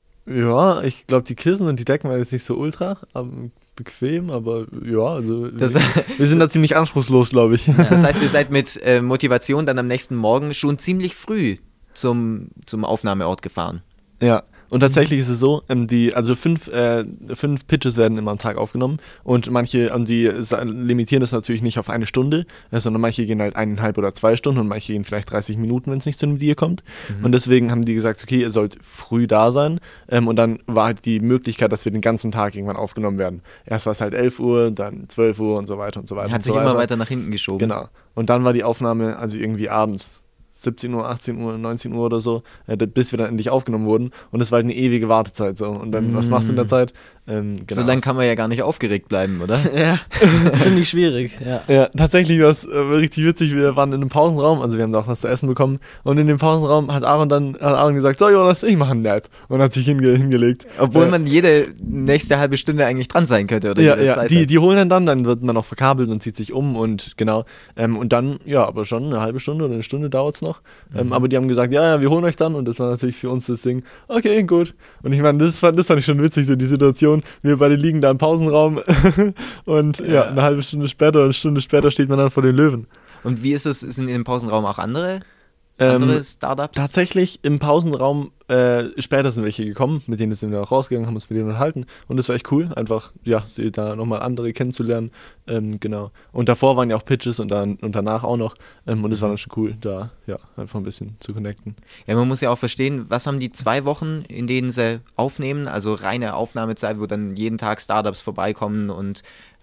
Ja, ich glaube, die Kissen und die Decken waren jetzt nicht so ultra bequem, aber ja, also wir sind da ziemlich anspruchslos, glaube ich. Ja, das heißt, ihr seid mit Motivation dann am nächsten Morgen schon ziemlich früh zum Aufnahmeort gefahren. Ja, und tatsächlich ist es so, also 5 Pitches werden immer am Tag aufgenommen und manche, die limitieren das natürlich nicht auf 1 Stunde, sondern manche gehen halt 1,5 oder 2 Stunden und manche gehen vielleicht 30 Minuten, wenn es nicht zu einem Deal kommt. Und deswegen haben die gesagt, okay, ihr sollt früh da sein, und dann war halt die Möglichkeit, dass wir den ganzen Tag irgendwann aufgenommen werden. Erst war es halt 11 Uhr, dann 12 Uhr und so weiter und so weiter. Hat sich immer weiter nach hinten geschoben. Genau. Und dann war die Aufnahme also irgendwie abends. 17 Uhr, 18 Uhr, 19 Uhr oder so, bis wir dann endlich aufgenommen wurden. Und es war halt eine ewige Wartezeit so. Und dann, was machst du in der Zeit? Genau. So lange kann man ja gar nicht aufgeregt bleiben, oder? Ja, ziemlich schwierig. Ja, tatsächlich war es richtig witzig. Wir waren in einem Pausenraum, also wir haben da auch was zu essen bekommen. Und in dem Pausenraum hat Aaron gesagt, so Jonas, ich mache einen Nap. Und hat sich hingelegt. Obwohl man jede nächste halbe Stunde eigentlich dran sein könnte, oder? Ja, Zeit die holen dann wird man auch verkabelt und zieht sich um und genau. Und dann, ja, aber schon eine halbe Stunde oder eine Stunde dauert es noch. Aber die haben gesagt, ja, wir holen euch dann. Und das war natürlich für uns das Ding, okay, gut. Und ich meine, das fand ich schon witzig, so die Situation. Wir beide liegen da im Pausenraum und eine halbe Stunde später oder eine Stunde später steht man dann vor den Löwen. Und wie ist es, sind in dem Pausenraum auch andere Startups? Tatsächlich im Pausenraum später sind welche gekommen, mit denen sind wir auch rausgegangen, haben uns mit denen unterhalten und das war echt cool, einfach, ja, sie da nochmal andere kennenzulernen, genau. Und davor waren ja auch Pitches und danach auch noch und es war dann schon cool, da, ja, einfach ein bisschen zu connecten. Ja, man muss ja auch verstehen, was haben die 2 Wochen, in denen sie aufnehmen, also reine Aufnahmezeit, wo dann jeden Tag Startups vorbeikommen und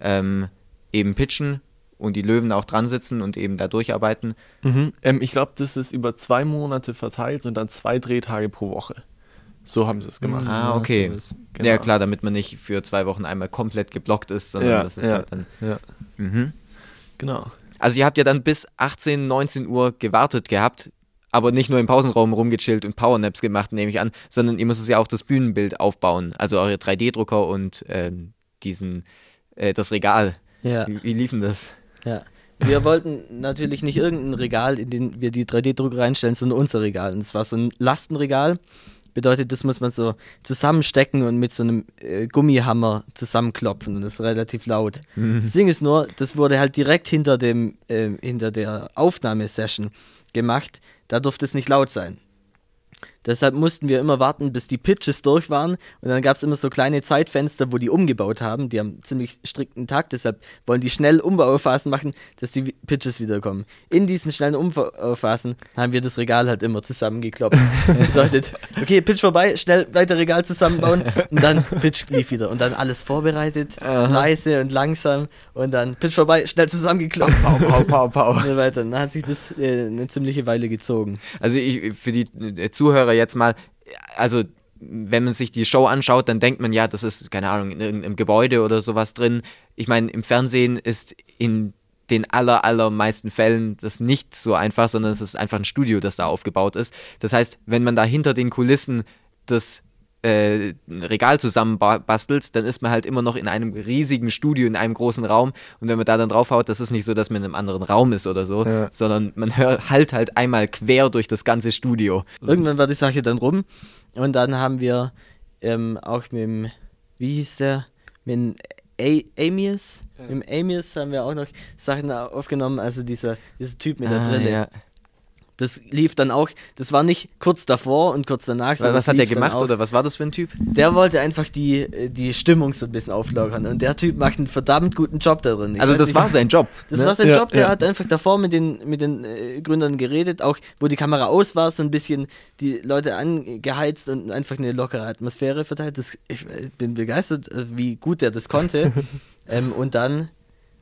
eben pitchen und die Löwen auch dran sitzen und eben da durcharbeiten. Ich glaube, das ist über 2 Monate verteilt und dann 2 Drehtage pro Woche. So haben sie es gemacht. Ah, okay. Genau. Ja, klar, damit man nicht für 2 Wochen einmal komplett geblockt ist, sondern das ist halt dann... Ja. Genau. Also ihr habt ja dann bis 18, 19 Uhr gewartet gehabt, aber nicht nur im Pausenraum rumgechillt und Powernaps gemacht, nehme ich an, sondern ihr müsst ja auch das Bühnenbild aufbauen, also eure 3D-Drucker und das Regal. Ja. Wie lief denn das? Ja. Wir wollten natürlich nicht irgendein Regal, in den wir die 3D-Drucker reinstellen, sondern unser Regal. Und es war so ein Lastenregal. Bedeutet, das muss man so zusammenstecken und mit so einem Gummihammer zusammenklopfen. Und das ist relativ laut. Das Ding ist nur, das wurde halt direkt hinter der Aufnahmesession gemacht. Da durfte es nicht laut sein. Deshalb mussten wir immer warten, bis die Pitches durch waren und dann gab es immer so kleine Zeitfenster, wo die umgebaut haben. Die haben einen ziemlich strikten Takt, deshalb wollen die schnell Umbauphasen machen, dass die Pitches wiederkommen. In diesen schnellen Umbauphasen haben wir das Regal halt immer zusammengekloppt. Bedeutet, okay, Pitch vorbei, schnell weiter Regal zusammenbauen und dann Pitch lief wieder und dann alles vorbereitet, leise und langsam und dann Pitch vorbei, schnell zusammengekloppt. Pau. Und weiter. Dann hat sich das eine ziemliche Weile gezogen. Also für die Zuhörer jetzt mal, also wenn man sich die Show anschaut, dann denkt man ja, das ist, keine Ahnung, in irgendeinem Gebäude oder sowas drin. Ich meine, im Fernsehen ist in den allermeisten Fällen das nicht so einfach, sondern es ist einfach ein Studio, das da aufgebaut ist. Das heißt, wenn man da hinter den Kulissen das Regal zusammenbastelt, dann ist man halt immer noch in einem riesigen Studio, in einem großen Raum und wenn man da dann draufhaut, das ist nicht so, dass man in einem anderen Raum ist oder so, sondern man hört halt einmal quer durch das ganze Studio. Irgendwann war die Sache dann rum und dann haben wir auch mit dem, wie hieß der, mit Amius? Ja. Mit Amius haben wir auch noch Sachen aufgenommen, also dieser Typ mit der Brille. Ja. Das lief dann auch, das war nicht kurz davor und kurz danach. Was hat der gemacht oder was war das für ein Typ? Der wollte einfach die Stimmung so ein bisschen auflockern und der Typ macht einen verdammt guten Job da drin. Also das war sein Job? Das war sein Job, der hat einfach davor mit den Gründern geredet, auch wo die Kamera aus war, so ein bisschen die Leute angeheizt und einfach eine lockere Atmosphäre verteilt. Ich bin begeistert, wie gut der das konnte. Und dann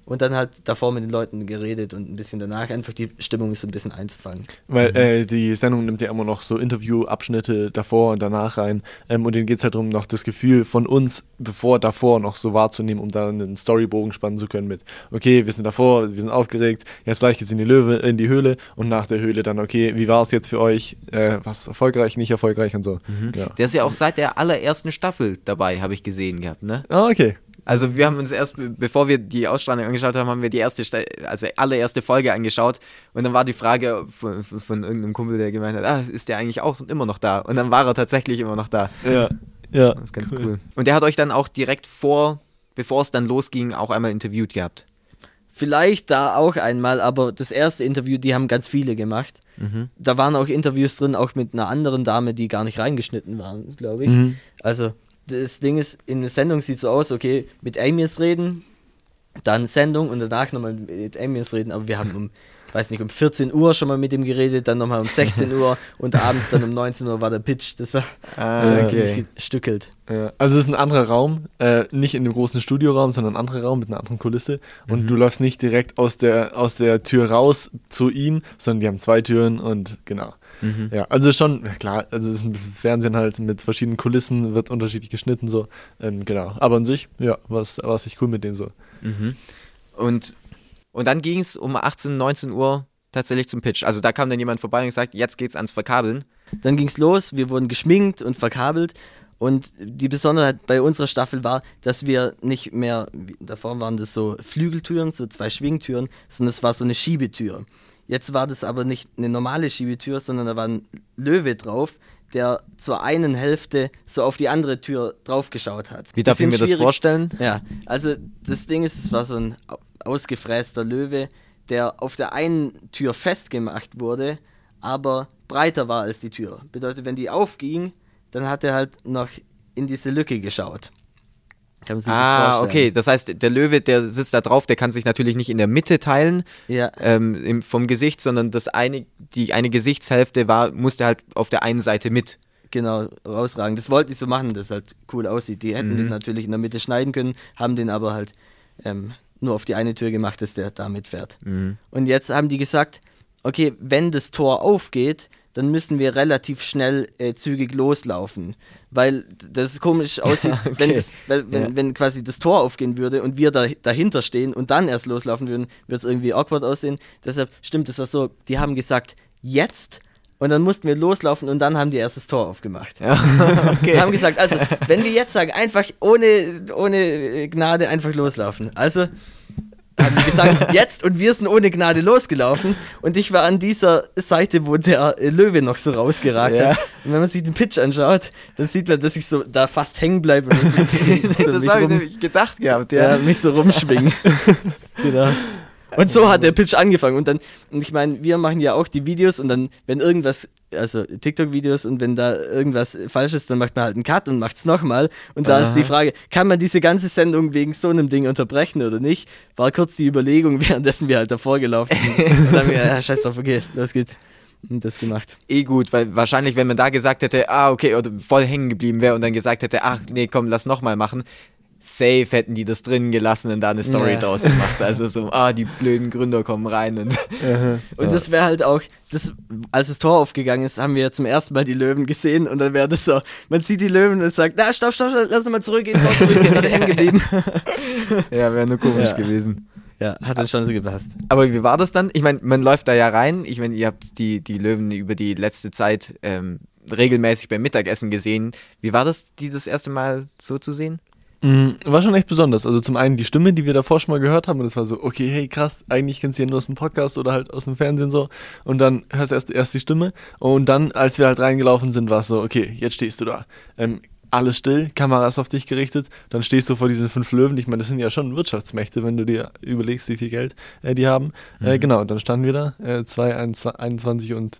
und dann halt davor mit den Leuten geredet und ein bisschen danach einfach die Stimmung so ein bisschen einzufangen. Weil die Sendung nimmt ja immer noch so Interviewabschnitte davor und danach rein und denen geht es halt darum, noch das Gefühl von uns davor noch so wahrzunehmen, um da einen Storybogen spannen zu können mit, okay, wir sind davor, wir sind aufgeregt, jetzt gleich geht's in die Höhle und nach der Höhle dann, okay, wie war es jetzt für euch, was erfolgreich, nicht erfolgreich und so. Ja. Der ist ja auch seit der allerersten Staffel dabei, habe ich gesehen gehabt, ne? Ah, okay. Also wir haben uns erst, bevor wir die Ausstrahlung angeschaut haben, haben wir die allererste Folge angeschaut und dann war die Frage von irgendeinem Kumpel, der gemeint hat, ist der eigentlich auch immer noch da? Und dann war er tatsächlich immer noch da. Ja. Das ist ganz cool. Und der hat euch dann auch direkt bevor es dann losging, auch einmal interviewt gehabt. Vielleicht da auch einmal, aber das erste Interview, die haben ganz viele gemacht. Da waren auch Interviews drin, auch mit einer anderen Dame, die gar nicht reingeschnitten waren, glaube ich. Also das Ding ist, in der Sendung sieht es so aus, okay, mit Amiens reden, dann Sendung und danach nochmal mit Amiens reden, aber wir haben um 14 Uhr schon mal mit ihm geredet, dann nochmal um 16 Uhr und abends dann um 19 Uhr war der Pitch. Das war ziemlich gestückelt. Ja, also es ist ein anderer Raum, nicht in dem großen Studioraum, sondern ein anderer Raum mit einer anderen Kulisse und du läufst nicht direkt aus der Tür raus zu ihm, sondern die haben 2 Türen und genau. Ja, also schon, klar, also es ist ein bisschen Fernsehen halt mit verschiedenen Kulissen, wird unterschiedlich geschnitten so, genau. Aber an sich, ja, war es echt cool mit dem so. Und dann ging es um 18, 19 Uhr tatsächlich zum Pitch. Also da kam dann jemand vorbei und gesagt, jetzt geht's ans Verkabeln. Dann ging's los, wir wurden geschminkt und verkabelt. Und die Besonderheit bei unserer Staffel war, dass wir nicht mehr, davor waren das so Flügeltüren, so 2 Schwingtüren, sondern es war so eine Schiebetür. Jetzt war das aber nicht eine normale Schiebetür, sondern da war ein Löwe drauf, der zur einen Hälfte so auf die andere Tür draufgeschaut hat. Wie darf ich mir das vorstellen? Ja, also das Ding ist, es war so ein ausgefräster Löwe, der auf der einen Tür festgemacht wurde, aber breiter war als die Tür. Bedeutet, wenn die aufging, dann hat er halt noch in diese Lücke geschaut. Kann man sich das vorstellen? Okay, das heißt, der Löwe, der sitzt da drauf, der kann sich natürlich nicht in der Mitte teilen vom Gesicht, sondern die eine Gesichtshälfte musste halt auf der einen Seite mit. Genau, rausragen. Das wollten die so machen, dass es halt cool aussieht. Die hätten den natürlich in der Mitte schneiden können, haben den aber halt nur auf die eine Tür gemacht, dass der da mitfährt. Und jetzt haben die gesagt, okay, wenn das Tor aufgeht, dann müssen wir relativ schnell zügig loslaufen, weil das komisch aussieht, okay. wenn quasi das Tor aufgehen würde und wir dahinter stehen und dann erst loslaufen würden, wird es irgendwie awkward aussehen. Deshalb stimmt es so, die haben gesagt, jetzt, und dann mussten wir loslaufen und dann haben die erst das Tor aufgemacht. Ja, okay. Die haben gesagt, also wenn wir jetzt sagen, einfach ohne Gnade einfach loslaufen. Also haben die gesagt, jetzt, und wir sind ohne Gnade losgelaufen und ich war an dieser Seite, wo der Löwe noch so rausgeragt hat. Und wenn man sich den Pitch anschaut, dann sieht man, dass ich so da fast hängen bleibe und so das habe ich nämlich gedacht gehabt, mich so rumschwingen. Genau. Und so hat der Pitch angefangen und ich meine, wir machen ja auch die Videos und dann, wenn irgendwas, also TikTok-Videos, und wenn da irgendwas falsch ist, dann macht man halt einen Cut und macht es nochmal. Und da ist die Frage, kann man diese ganze Sendung wegen so einem Ding unterbrechen oder nicht? War kurz die Überlegung, währenddessen wir halt davor gelaufen sind. Und dann haben wir, ja, scheiß drauf, okay, los geht's. Und das gemacht. Gut, weil wahrscheinlich, wenn man da gesagt hätte, okay, oder voll hängen geblieben wäre und dann gesagt hätte, nee, komm, lass nochmal machen, safe hätten die das drin gelassen und da eine Story draus gemacht. Also so, die blöden Gründer kommen rein. Und das wäre halt auch, als das Tor aufgegangen ist, haben wir zum ersten Mal die Löwen gesehen und dann wäre das so, man sieht die Löwen und sagt, stopp, lass uns mal zurückgehen, gerade hängen geblieben. Ja, wäre nur komisch gewesen. Ja, hat dann schon so gepasst. Aber wie war das dann? Ich meine, man läuft da ja rein. Ich meine, ihr habt die Löwen über die letzte Zeit regelmäßig beim Mittagessen gesehen. Wie war das, die das erste Mal so zu sehen? War schon echt besonders. Also zum einen die Stimme, die wir davor schon mal gehört haben, und das war so, okay, hey, krass, eigentlich kennst du ja nur aus dem Podcast oder halt aus dem Fernsehen so, und dann hörst du erst die Stimme und dann, als wir halt reingelaufen sind, war es so, okay, jetzt stehst du da. Alles still, Kamera ist auf dich gerichtet, dann stehst du vor diesen 5 Löwen. Ich meine, das sind ja schon Wirtschaftsmächte, wenn du dir überlegst, wie viel Geld die haben. Genau, und dann standen wir da, 20 und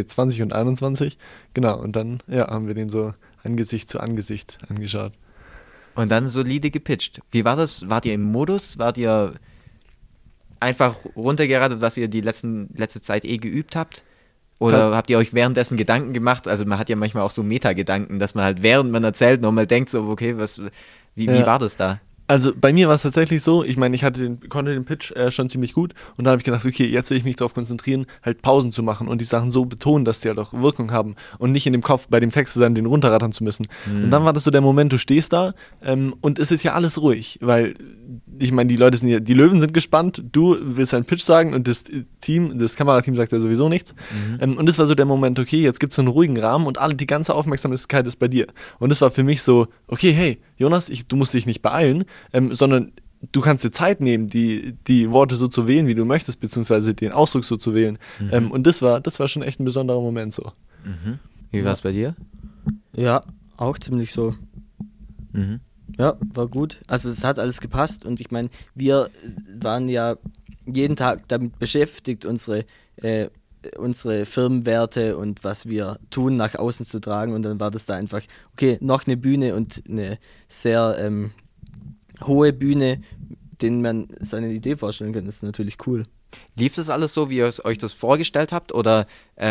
21, genau, und dann haben wir den so Angesicht zu Angesicht angeschaut. Und dann solide gepitcht. Wie war das? Wart ihr im Modus? Wart ihr einfach runtergeratet, was ihr die letzte Zeit geübt habt? Oder habt ihr euch währenddessen Gedanken gemacht? Also man hat ja manchmal auch so Meta-Gedanken, dass man halt während man erzählt nochmal denkt so, okay, wie war das da? Also bei mir war es tatsächlich so, ich meine, konnte den Pitch schon ziemlich gut und dann habe ich gedacht, okay, jetzt will ich mich darauf konzentrieren, halt Pausen zu machen und die Sachen so betonen, dass die halt auch Wirkung haben und nicht in dem Kopf bei dem Text zu sein, den runterrattern zu müssen. Und dann war das so der Moment, du stehst da und es ist ja alles ruhig, weil ich meine, die Löwen sind gespannt, du willst deinen Pitch sagen und das Kamerateam sagt ja sowieso nichts. Und das war so der Moment, okay, jetzt gibt es so einen ruhigen Rahmen und die ganze Aufmerksamkeit ist bei dir. Und das war für mich so, okay, hey, Jonas, du musst dich nicht beeilen, sondern du kannst dir Zeit nehmen, die Worte so zu wählen, wie du möchtest, beziehungsweise den Ausdruck so zu wählen. Und das war schon echt ein besonderer Moment so. Wie war es bei dir? Ja, auch ziemlich so. Ja, war gut. Also es hat alles gepasst und ich meine, wir waren ja jeden Tag damit beschäftigt, unsere Firmenwerte und was wir tun, nach außen zu tragen und dann war das da einfach, okay, noch eine Bühne und eine sehr hohe Bühne, denen man seine Idee vorstellen kann, das ist natürlich cool. Lief das alles so, wie ihr euch das vorgestellt habt oder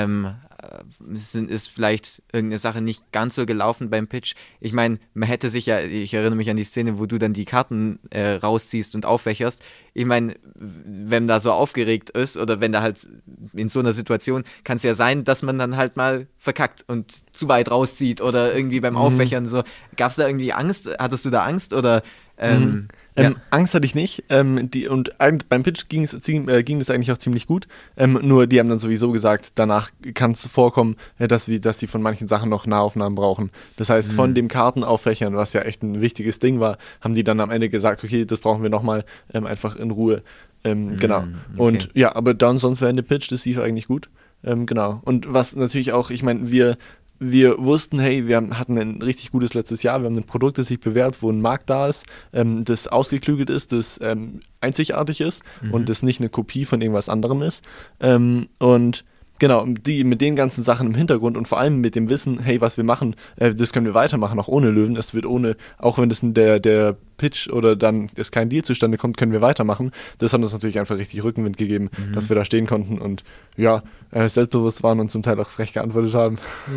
ist vielleicht irgendeine Sache nicht ganz so gelaufen beim Pitch? Ich meine, man hätte sich ja, ich erinnere mich an die Szene, wo du dann die Karten rausziehst und aufwächerst. Ich meine, wenn da so aufgeregt ist oder wenn da halt in so einer Situation, kann es ja sein, dass man dann halt mal verkackt und zu weit rauszieht oder irgendwie beim Aufwächern so. Gab es da irgendwie Angst? Hattest du da Angst oder ja. Angst hatte ich nicht. Beim Pitch ging es eigentlich auch ziemlich gut. Nur die haben dann sowieso gesagt, danach kann es vorkommen, dass die von manchen Sachen noch Nahaufnahmen brauchen. Das heißt, von dem Kartenaufwächern, was ja echt ein wichtiges Ding war, haben die dann am Ende gesagt, okay, das brauchen wir nochmal einfach in Ruhe. Genau. Okay. Und ja, aber dann sonst während dem Pitch, das lief eigentlich gut. Genau. Und was natürlich auch, ich meine, wir wussten, hey, wir hatten ein richtig gutes letztes Jahr, wir haben ein Produkt, das sich bewährt, wo ein Markt da ist, das ausgeklügelt ist, das einzigartig ist und das nicht eine Kopie von irgendwas anderem ist. Und genau, mit den ganzen Sachen im Hintergrund und vor allem mit dem Wissen, hey, was wir machen, das können wir weitermachen, auch ohne Löwen. Es wird auch wenn das der Pitch oder dann ist kein Deal zustande kommt, können wir weitermachen. Das hat uns natürlich einfach richtig Rückenwind gegeben, dass wir da stehen konnten und ja, selbstbewusst waren und zum Teil auch frech geantwortet haben.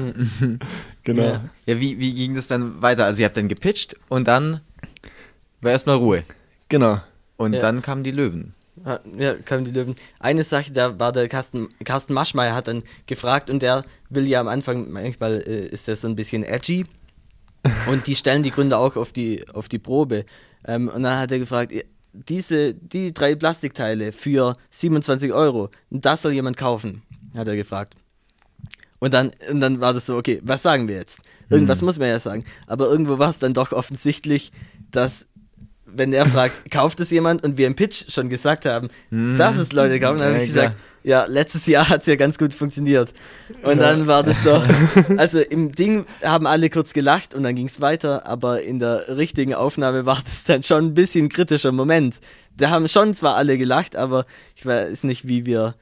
Genau. Ja, wie ging das dann weiter? Also ihr habt dann gepitcht und dann war erstmal Ruhe. Genau. Und dann kamen die Löwen. Ja, kamen die Löwen. Eine Sache, da war der Carsten Maschmeyer, hat dann gefragt und der will ja am Anfang, manchmal ist der so ein bisschen edgy und die stellen die Gründer auch auf die Probe. Und dann hat er gefragt, die 3 Plastikteile für 27 €, das soll jemand kaufen, hat er gefragt. Und dann war das so, okay, was sagen wir jetzt? Irgendwas muss man ja sagen. Aber irgendwo war es dann doch offensichtlich, dass wenn er fragt, kauft es jemand und wir im Pitch schon gesagt haben, dass es Leute kaufen, dann habe ich gesagt, ja, letztes Jahr hat es ja ganz gut funktioniert. Und dann war das so, also im Ding haben alle kurz gelacht und dann ging es weiter, aber in der richtigen Aufnahme war das dann schon ein bisschen kritischer Moment. Da haben schon zwar alle gelacht, aber ich weiß nicht, wie wir,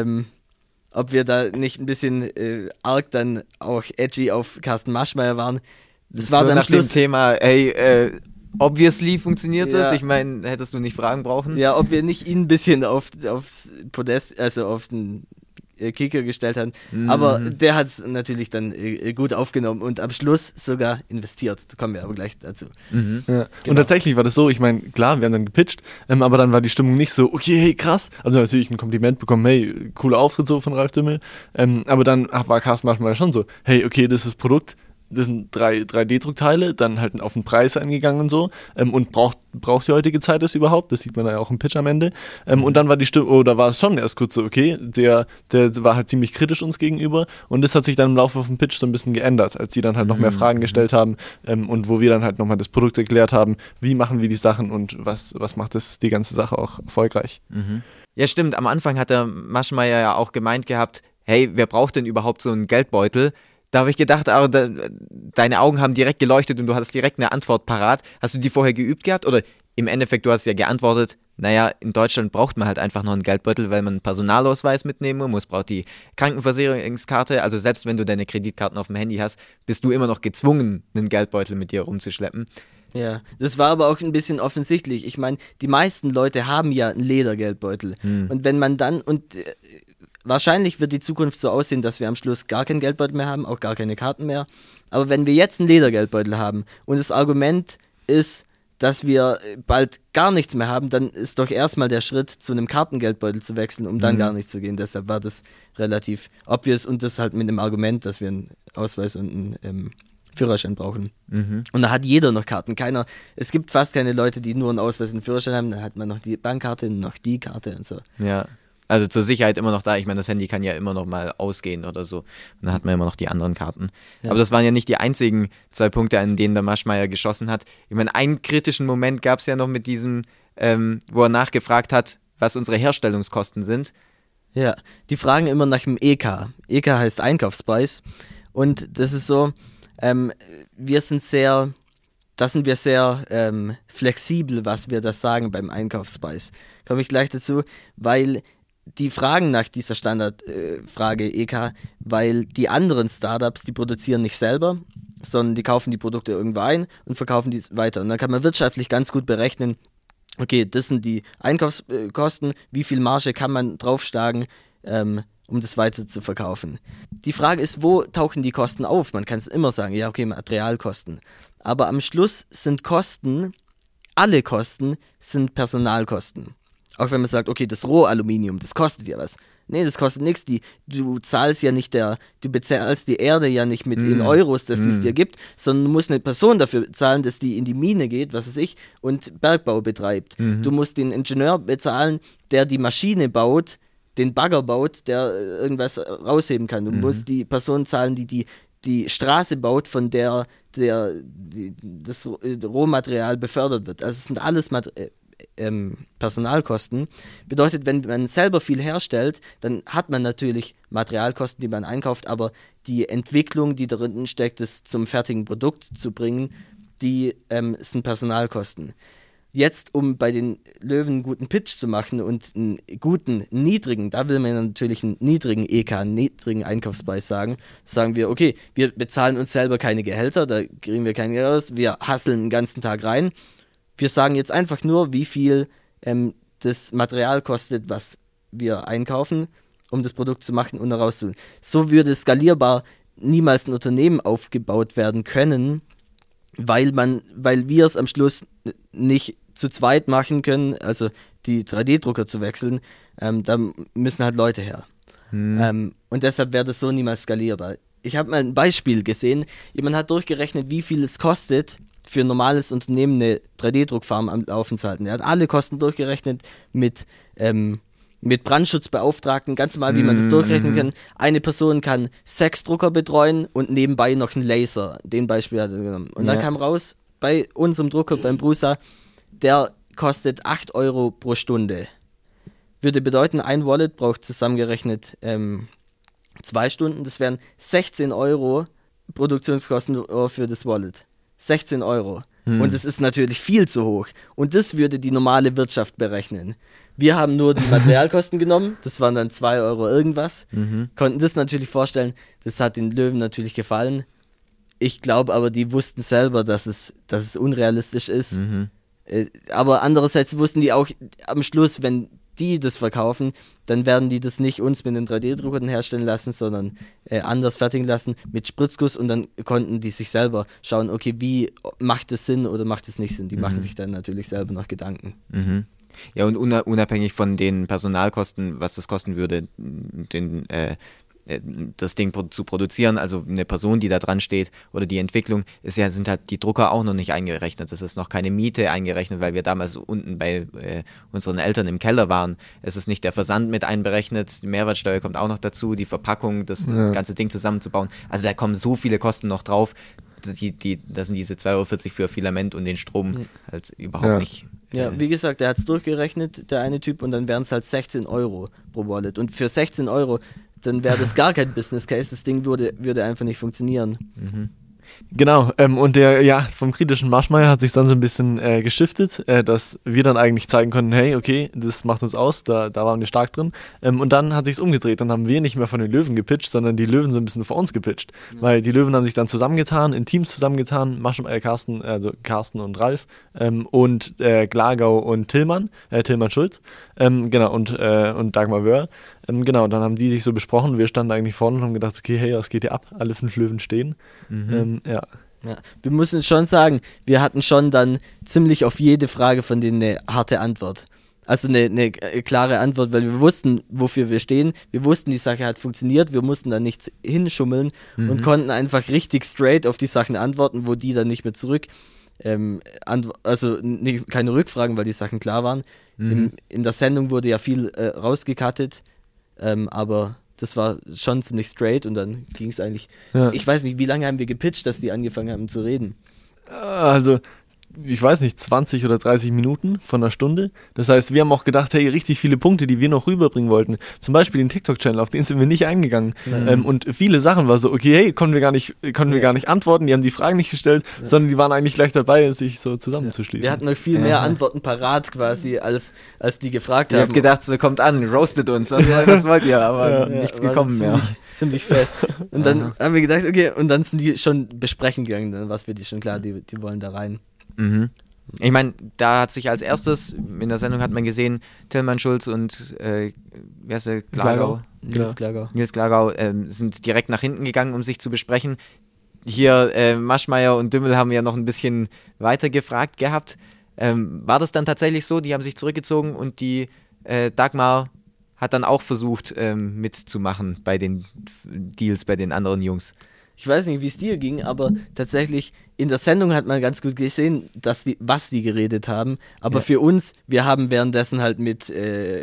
ob wir da nicht ein bisschen arg dann auch edgy auf Carsten Maschmeyer waren. Das war so dann nach am Schluss dem Thema, obviously funktioniert das. Ich meine, hättest du nicht fragen brauchen. Ja, ob wir nicht ihn ein bisschen aufs Podest, also auf den Kicker gestellt haben. Aber der hat es natürlich dann gut aufgenommen und am Schluss sogar investiert. Da kommen wir aber gleich dazu. Ja. Genau. Und tatsächlich war das so, ich meine, klar, wir haben dann gepitcht, aber dann war die Stimmung nicht so, okay, hey, krass. Also natürlich ein Kompliment bekommen, hey, cooler Auftritt so von Ralf Dümmel. Aber dann war Carsten manchmal schon so, hey, okay, das ist das Produkt. Das sind 3D-Druckteile, dann halt auf den Preis eingegangen und so. Und braucht die heutige Zeit das überhaupt? Das sieht man ja auch im Pitch am Ende. Und dann war die Stimme, oder war es schon erst kurz so, okay, der war halt ziemlich kritisch uns gegenüber. Und das hat sich dann im Laufe vom Pitch so ein bisschen geändert, als sie dann halt noch mehr Fragen gestellt haben und wo wir dann halt nochmal das Produkt erklärt haben, wie machen wir die Sachen und was macht die ganze Sache auch erfolgreich. Ja, stimmt. Am Anfang hat der Maschmeyer ja auch gemeint gehabt, hey, wer braucht denn überhaupt so einen Geldbeutel? Da habe ich gedacht, aber deine Augen haben direkt geleuchtet und du hattest direkt eine Antwort parat. Hast du die vorher geübt gehabt? Oder im Endeffekt, du hast ja geantwortet, naja, in Deutschland braucht man halt einfach noch einen Geldbeutel, weil man einen Personalausweis mitnehmen muss, braucht die Krankenversicherungskarte. Also selbst wenn du deine Kreditkarten auf dem Handy hast, bist du immer noch gezwungen, einen Geldbeutel mit dir rumzuschleppen. Ja, das war aber auch ein bisschen offensichtlich. Ich meine, die meisten Leute haben ja einen Ledergeldbeutel. Und wenn man dann, wahrscheinlich wird die Zukunft so aussehen, dass wir am Schluss gar keinen Geldbeutel mehr haben, auch gar keine Karten mehr. Aber wenn wir jetzt einen Ledergeldbeutel haben und das Argument ist, dass wir bald gar nichts mehr haben, dann ist doch erstmal der Schritt, zu einem Kartengeldbeutel zu wechseln, um dann gar nicht zu gehen. Deshalb war das relativ obvious und das halt mit dem Argument, dass wir einen Ausweis und einen Führerschein brauchen. Und da hat jeder noch Karten. Es gibt fast keine Leute, die nur einen Ausweis und einen Führerschein haben. Dann hat man noch die Bankkarte, noch die Karte und so. Ja, also zur Sicherheit immer noch da. Ich meine, das Handy kann ja immer noch mal ausgehen oder so. Und dann hat man immer noch die anderen Karten. Ja. Aber das waren ja nicht die einzigen 2 Punkte, an denen der Maschmeyer geschossen hat. Ich meine, einen kritischen Moment gab es ja noch mit diesem, wo er nachgefragt hat, was unsere Herstellungskosten sind. Ja, die fragen immer nach dem EK. EK heißt Einkaufspreis. Und das ist so, wir sind sehr flexibel, was wir das sagen beim Einkaufspreis. Komme ich gleich dazu, weil die fragen nach dieser Standardfrage EK, weil die anderen Startups, die produzieren nicht selber, sondern die kaufen die Produkte irgendwo ein und verkaufen die weiter. Und dann kann man wirtschaftlich ganz gut berechnen, okay, das sind die Einkaufskosten, wie viel Marge kann man draufschlagen, um das weiter zu verkaufen. Die Frage ist, wo tauchen die Kosten auf? Man kann es immer sagen, ja okay, Materialkosten. Aber am Schluss sind alle Kosten sind Personalkosten. Auch wenn man sagt, okay, das Rohaluminium, das kostet ja was. Nee, das kostet nichts. Du bezahlst die Erde ja nicht mit in Euros, dass es dir gibt, sondern du musst eine Person dafür bezahlen, dass die in die Mine geht, was weiß ich, und Bergbau betreibt. Du musst den Ingenieur bezahlen, der die Maschine baut, den Bagger baut, der irgendwas rausheben kann. Du musst die Person zahlen, die Straße baut, von der das Rohmaterial befördert wird. Also es sind alles Personalkosten. Bedeutet, wenn man selber viel herstellt, dann hat man natürlich Materialkosten, die man einkauft, aber die Entwicklung, die darin steckt, es zum fertigen Produkt zu bringen, die sind Personalkosten. Jetzt, um bei den Löwen einen guten Pitch zu machen und einen guten, niedrigen, da will man natürlich einen niedrigen EK, einen niedrigen Einkaufspreis sagen wir, okay, wir bezahlen uns selber keine Gehälter, da kriegen wir kein Geld aus, wir hustlen den ganzen Tag rein. Wir sagen jetzt einfach nur, wie viel das Material kostet, was wir einkaufen, um das Produkt zu machen und daraus zu. So würde skalierbar niemals ein Unternehmen aufgebaut werden können, weil wir es am Schluss nicht zu zweit machen können, also die 3D-Drucker zu wechseln, da müssen halt Leute her. Und deshalb wäre das so niemals skalierbar. Ich habe mal ein Beispiel gesehen, jemand hat durchgerechnet, wie viel es kostet, für ein normales Unternehmen eine 3D-Druckfarm am Laufen zu halten. Er hat alle Kosten durchgerechnet mit Brandschutzbeauftragten, ganz normal, wie man das durchrechnen kann. Eine Person kann 6 Drucker betreuen und nebenbei noch einen Laser. Den Beispiel hat er genommen. Und dann kam raus, bei unserem Drucker, beim Prusa, der kostet 8 Euro pro Stunde. Würde bedeuten, ein Wallet braucht zusammengerechnet 2 Stunden. Das wären 16 Euro Produktionskosten für das Wallet. 16 Euro. Und das ist natürlich viel zu hoch. Und das würde die normale Wirtschaft berechnen. Wir haben nur die Materialkosten genommen, das waren dann 2 Euro irgendwas, konnten das natürlich vorstellen, das hat den Löwen natürlich gefallen. Ich glaube aber, die wussten selber, dass es unrealistisch ist. Aber andererseits wussten die auch am Schluss, wenn die das verkaufen, dann werden die das nicht uns mit den 3D-Druckern herstellen lassen, sondern anders fertigen lassen mit Spritzguss und dann konnten die sich selber schauen, okay, wie macht es Sinn oder macht es nicht Sinn? Die machen sich dann natürlich selber noch Gedanken. Ja, und unabhängig von den Personalkosten, was das kosten würde, das Ding zu produzieren, also eine Person, die da dran steht oder die Entwicklung, sind halt die Drucker auch noch nicht eingerechnet. Es ist noch keine Miete eingerechnet, weil wir damals unten bei unseren Eltern im Keller waren. Es ist nicht der Versand mit einberechnet, die Mehrwertsteuer kommt auch noch dazu, die Verpackung, das ganze Ding zusammenzubauen. Also da kommen so viele Kosten noch drauf. Das sind diese 2,40 Euro für Filament und den Strom halt überhaupt nicht. Ja, wie gesagt, der hat es durchgerechnet, der eine Typ, und dann wären es halt 16 Euro pro Wallet. Und für 16 Euro, dann wäre das gar kein Business Case, das Ding würde einfach nicht funktionieren. Genau, und der vom kritischen Maschmeyer hat sich dann so ein bisschen geschiftet, dass wir dann eigentlich zeigen konnten, hey, okay, das macht uns aus, da waren wir stark drin. Und dann hat sich's umgedreht, dann haben wir nicht mehr von den Löwen gepitcht, sondern die Löwen sind ein bisschen vor uns gepitcht. Weil die Löwen haben sich dann zusammengetan, in Teams zusammengetan, Carsten und Ralf und Glagau und Tillmann Schulz, genau, und Dagmar Wörl. Genau, dann haben die sich so besprochen, wir standen eigentlich vorne und haben gedacht, okay, hey, was geht hier ab? Alle 5 Löwen stehen. Ja, wir müssen schon sagen, wir hatten schon dann ziemlich auf jede Frage von denen eine harte Antwort. Also eine klare Antwort, weil wir wussten, wofür wir stehen. Wir wussten, die Sache hat funktioniert. Wir mussten da nichts hinschummeln und konnten einfach richtig straight auf die Sachen antworten, wo die dann nicht mehr zurück, keine Rückfragen, weil die Sachen klar waren. In der Sendung wurde ja viel rausgecuttet, aber das war schon ziemlich straight und dann ging es eigentlich. Ja. Ich weiß nicht, wie lange haben wir gepitcht, dass die angefangen haben zu reden? Also, ich weiß nicht, 20 oder 30 Minuten von einer Stunde. Das heißt, wir haben auch gedacht, hey, richtig viele Punkte, die wir noch rüberbringen wollten. Zum Beispiel den TikTok-Channel, auf den sind wir nicht eingegangen. Und viele Sachen war so, okay, hey, konnten wir gar nicht antworten, die haben die Fragen nicht gestellt, sondern die waren eigentlich gleich dabei, sich so zusammenzuschließen. Wir hatten noch viel mehr Antworten parat quasi, als die gefragt haben. Ihr habt gedacht, so kommt an, roastet uns, was wollt ihr, aber nichts gekommen mehr. Ziemlich fest. Und dann haben wir gedacht, okay, und dann sind die schon besprechen gegangen, dann war es für die schon klar, die wollen da rein. Ich meine, da hat sich als erstes, in der Sendung hat man gesehen, Tillmann Schulz und wer ist der? Glagau. Nils Glagau sind direkt nach hinten gegangen, um sich zu besprechen. Hier Maschmeyer und Dümmel haben ja noch ein bisschen weiter gefragt gehabt. War das dann tatsächlich so? Die haben sich zurückgezogen und die Dagmar hat dann auch versucht mitzumachen bei den Deals, bei den anderen Jungs. Ich weiß nicht, wie es dir ging, aber tatsächlich in der Sendung hat man ganz gut gesehen, was die geredet haben. Aber für uns, wir haben währenddessen halt mit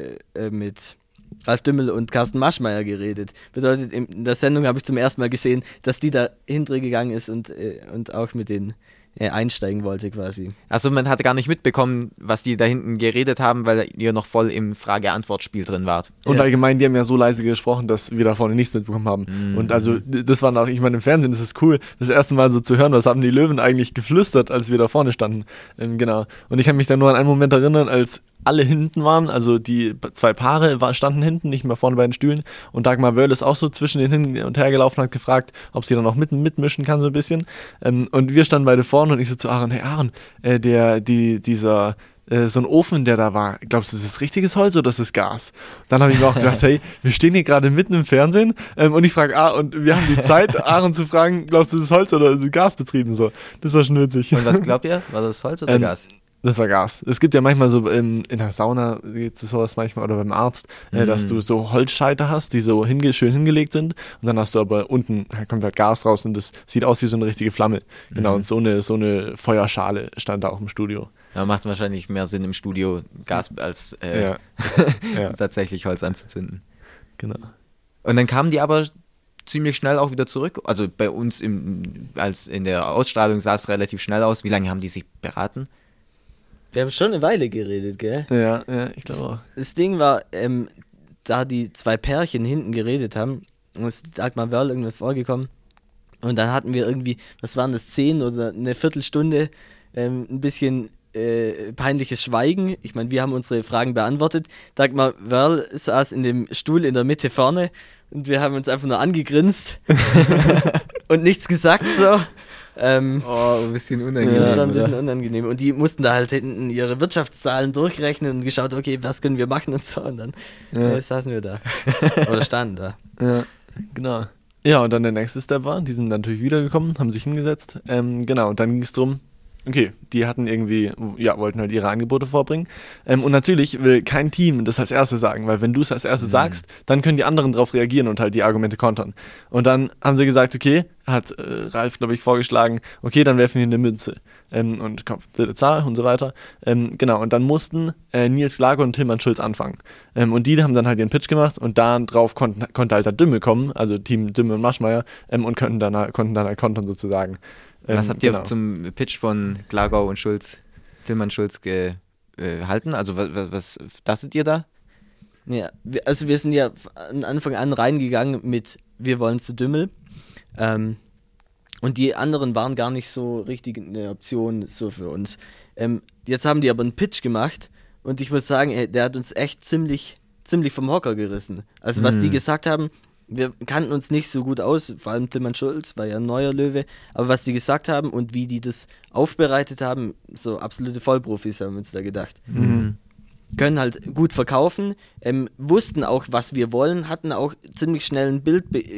Ralf Dümmel und Carsten Maschmeyer geredet. Bedeutet, in der Sendung habe ich zum ersten Mal gesehen, dass die da hintergegangen ist und auch mit denen einsteigen wollte quasi. Also man hatte gar nicht mitbekommen, was die da hinten geredet haben, weil ihr noch voll im Frage-Antwort-Spiel drin wart. Und allgemein, die haben ja so leise gesprochen, dass wir da vorne nichts mitbekommen haben. Und also das war auch, ich meine, im Fernsehen ist es cool, das erste Mal so zu hören, was haben die Löwen eigentlich geflüstert, als wir da vorne standen. Genau. Und ich kann mich da nur an einen Moment erinnern, als alle hinten waren, also die zwei Paare standen hinten, nicht mehr vorne bei den Stühlen und Dagmar Wörl ist auch so zwischen den hin und her gelaufen, hat gefragt, ob sie dann auch mitmischen kann so ein bisschen und wir standen beide vorne und ich so zu Aaron, hey Aaron, dieser so ein Ofen, der da war, glaubst du, das ist richtiges Holz oder das ist Gas? Dann habe ich mir auch gedacht, hey, wir stehen hier gerade mitten im Fernsehen und ich frage, und wir haben die Zeit, Aaron zu fragen, glaubst du, das ist Holz oder ist Gas betrieben? So, das war schon witzig. Und was glaubt ihr? War das Holz oder Gas? Das war Gas. Es gibt ja manchmal so in der Sauna, gibt es sowas manchmal, oder beim Arzt, dass du so Holzscheiter hast, die so schön hingelegt sind und dann hast du aber unten, kommt halt Gas raus und das sieht aus wie so eine richtige Flamme. Genau, und so eine Feuerschale stand da auch im Studio. Ja, macht wahrscheinlich mehr Sinn im Studio Gas als tatsächlich Holz anzuzünden. Genau. Und dann kamen die aber ziemlich schnell auch wieder zurück. Also bei uns als in der Ausstrahlung sah es relativ schnell aus. Wie lange haben die sich beraten? Wir haben schon eine Weile geredet, gell? Ja, ich glaube auch. Das Ding war, da die zwei Pärchen hinten geredet haben, ist Dagmar Wörl irgendwie vorgekommen und dann hatten wir irgendwie, was waren das, 10 oder eine Viertelstunde, ein bisschen peinliches Schweigen. Ich meine, wir haben unsere Fragen beantwortet. Dagmar Wörl saß in dem Stuhl in der Mitte vorne und wir haben uns einfach nur angegrinst und nichts gesagt so. Ein bisschen unangenehm. Das war ein bisschen unangenehm. Und die mussten da halt hinten ihre Wirtschaftszahlen durchrechnen und geschaut, okay, was können wir machen und so. Und dann saßen wir da. Oder standen da. Ja, genau. Ja, und dann der nächste Step war, die sind natürlich wiedergekommen, haben sich hingesetzt. Genau, und dann ging es darum, okay, die hatten irgendwie, wollten halt ihre Angebote vorbringen. Und natürlich will kein Team das als erstes sagen, weil wenn du es als erstes sagst, dann können die anderen darauf reagieren und halt die Argumente kontern. Und dann haben sie gesagt, okay, hat Ralf, glaube ich, vorgeschlagen, okay, dann werfen wir eine Münze. Und Kopf, dritte Zahl und so weiter. Genau, und dann mussten Nils Glagau und Tillmann Schulz anfangen. Und die haben dann halt ihren Pitch gemacht und da drauf konnte halt der Dümmel kommen, also Team Dümmel und Maschmeyer, und konnten dann halt kontern sozusagen. Was habt ihr zum Pitch von Glagau und Tillmann Schulz gehalten? Also was dachtet ihr da? Ja, wir sind ja von Anfang an reingegangen mit wir wollen zu Dümmel. Und die anderen waren gar nicht so richtig eine Option so für uns. Jetzt haben die aber einen Pitch gemacht und ich muss sagen, der hat uns echt ziemlich vom Hocker gerissen. Also was die gesagt haben, wir kannten uns nicht so gut aus, vor allem Tillmann Schulz war ja ein neuer Löwe, aber was die gesagt haben und wie die das aufbereitet haben, so absolute Vollprofis haben wir uns da gedacht. Können halt gut verkaufen, wussten auch, was wir wollen, hatten auch ziemlich schnell ein Bild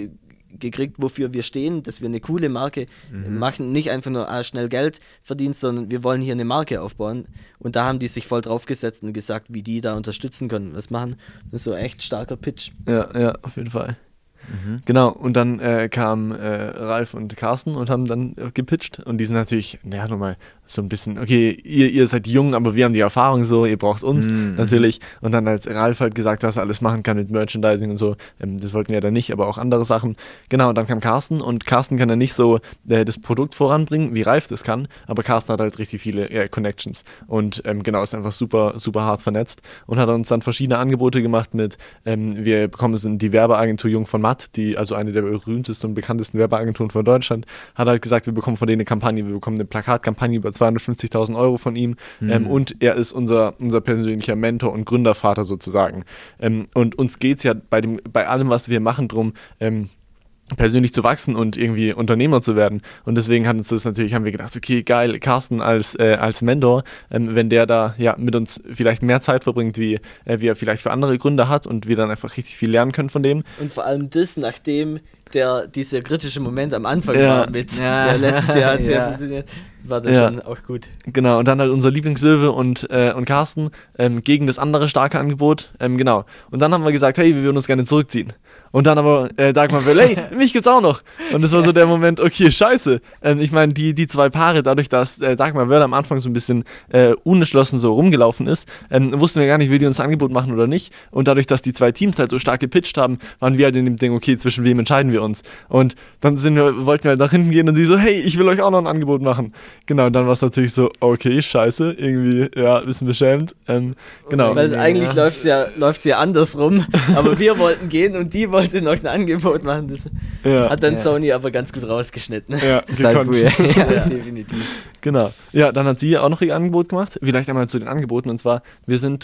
gekriegt, wofür wir stehen, dass wir eine coole Marke machen, nicht einfach nur schnell Geld verdienen, sondern wir wollen hier eine Marke aufbauen. Und da haben die sich voll draufgesetzt und gesagt, wie die da unterstützen können, was machen. Das ist so echt starker Pitch. Ja, auf jeden Fall. Genau, und dann kamen Ralf und Carsten und haben dann gepitcht und die sind natürlich, nochmal so ein bisschen, okay, ihr seid jung, aber wir haben die Erfahrung so, ihr braucht uns natürlich. Und dann als Ralf halt gesagt, was er alles machen kann mit Merchandising und so, das wollten wir ja dann nicht, aber auch andere Sachen. Genau, und dann kam Carsten und Carsten kann ja nicht so das Produkt voranbringen, wie Ralf das kann, aber Carsten hat halt richtig viele Connections und genau, ist einfach super, super hart vernetzt und hat uns dann verschiedene Angebote gemacht mit, wir bekommen es in die Werbeagentur Jung von Matt, also eine der berühmtesten und bekanntesten Werbeagenturen von Deutschland, hat halt gesagt, wir bekommen von denen eine Kampagne, wir bekommen eine Plakatkampagne über 250.000 Euro von ihm und er ist unser persönlicher Mentor und Gründervater sozusagen. Und uns geht es ja bei allem, was wir machen, drum, persönlich zu wachsen und irgendwie Unternehmer zu werden. Und deswegen haben wir gedacht, okay, geil, Carsten als Mentor, wenn der da mit uns vielleicht mehr Zeit verbringt, wie er vielleicht für andere Gründer hat und wir dann einfach richtig viel lernen können von dem. Und vor allem das, nachdem dieser kritische Moment am Anfang war letztes Jahr hat es ja funktioniert, war das schon auch gut. Genau, und dann halt unser Lieblingslöwe und Carsten gegen das andere starke Angebot, genau. Und dann haben wir gesagt, hey, wir würden uns gerne zurückziehen. Und dann aber Dagmar will, hey, mich gibt's auch noch. Und das war so der Moment, okay, scheiße. Ich meine, die zwei Paare, dadurch, dass Dagmar Wörl am Anfang so ein bisschen unentschlossen so rumgelaufen ist, wussten wir gar nicht, will die uns ein Angebot machen oder nicht. Und dadurch, dass die zwei Teams halt so stark gepitcht haben, waren wir halt in dem Ding, okay, zwischen wem entscheiden wir uns. Und dann wollten wir halt nach hinten gehen und sie so, hey, ich will euch auch noch ein Angebot machen. Genau, und dann war es natürlich so, okay, scheiße, irgendwie, ein bisschen beschämt. Genau. Weil eigentlich läuft's ja andersrum, aber wir wollten gehen und die wollte noch ein Angebot machen. Das hat dann Sony aber ganz gut rausgeschnitten. Ja, das ist halt cool. Ja, definitiv. Genau. Ja, dann hat sie auch noch ihr Angebot gemacht. Vielleicht einmal zu den Angeboten. Und zwar, wir sind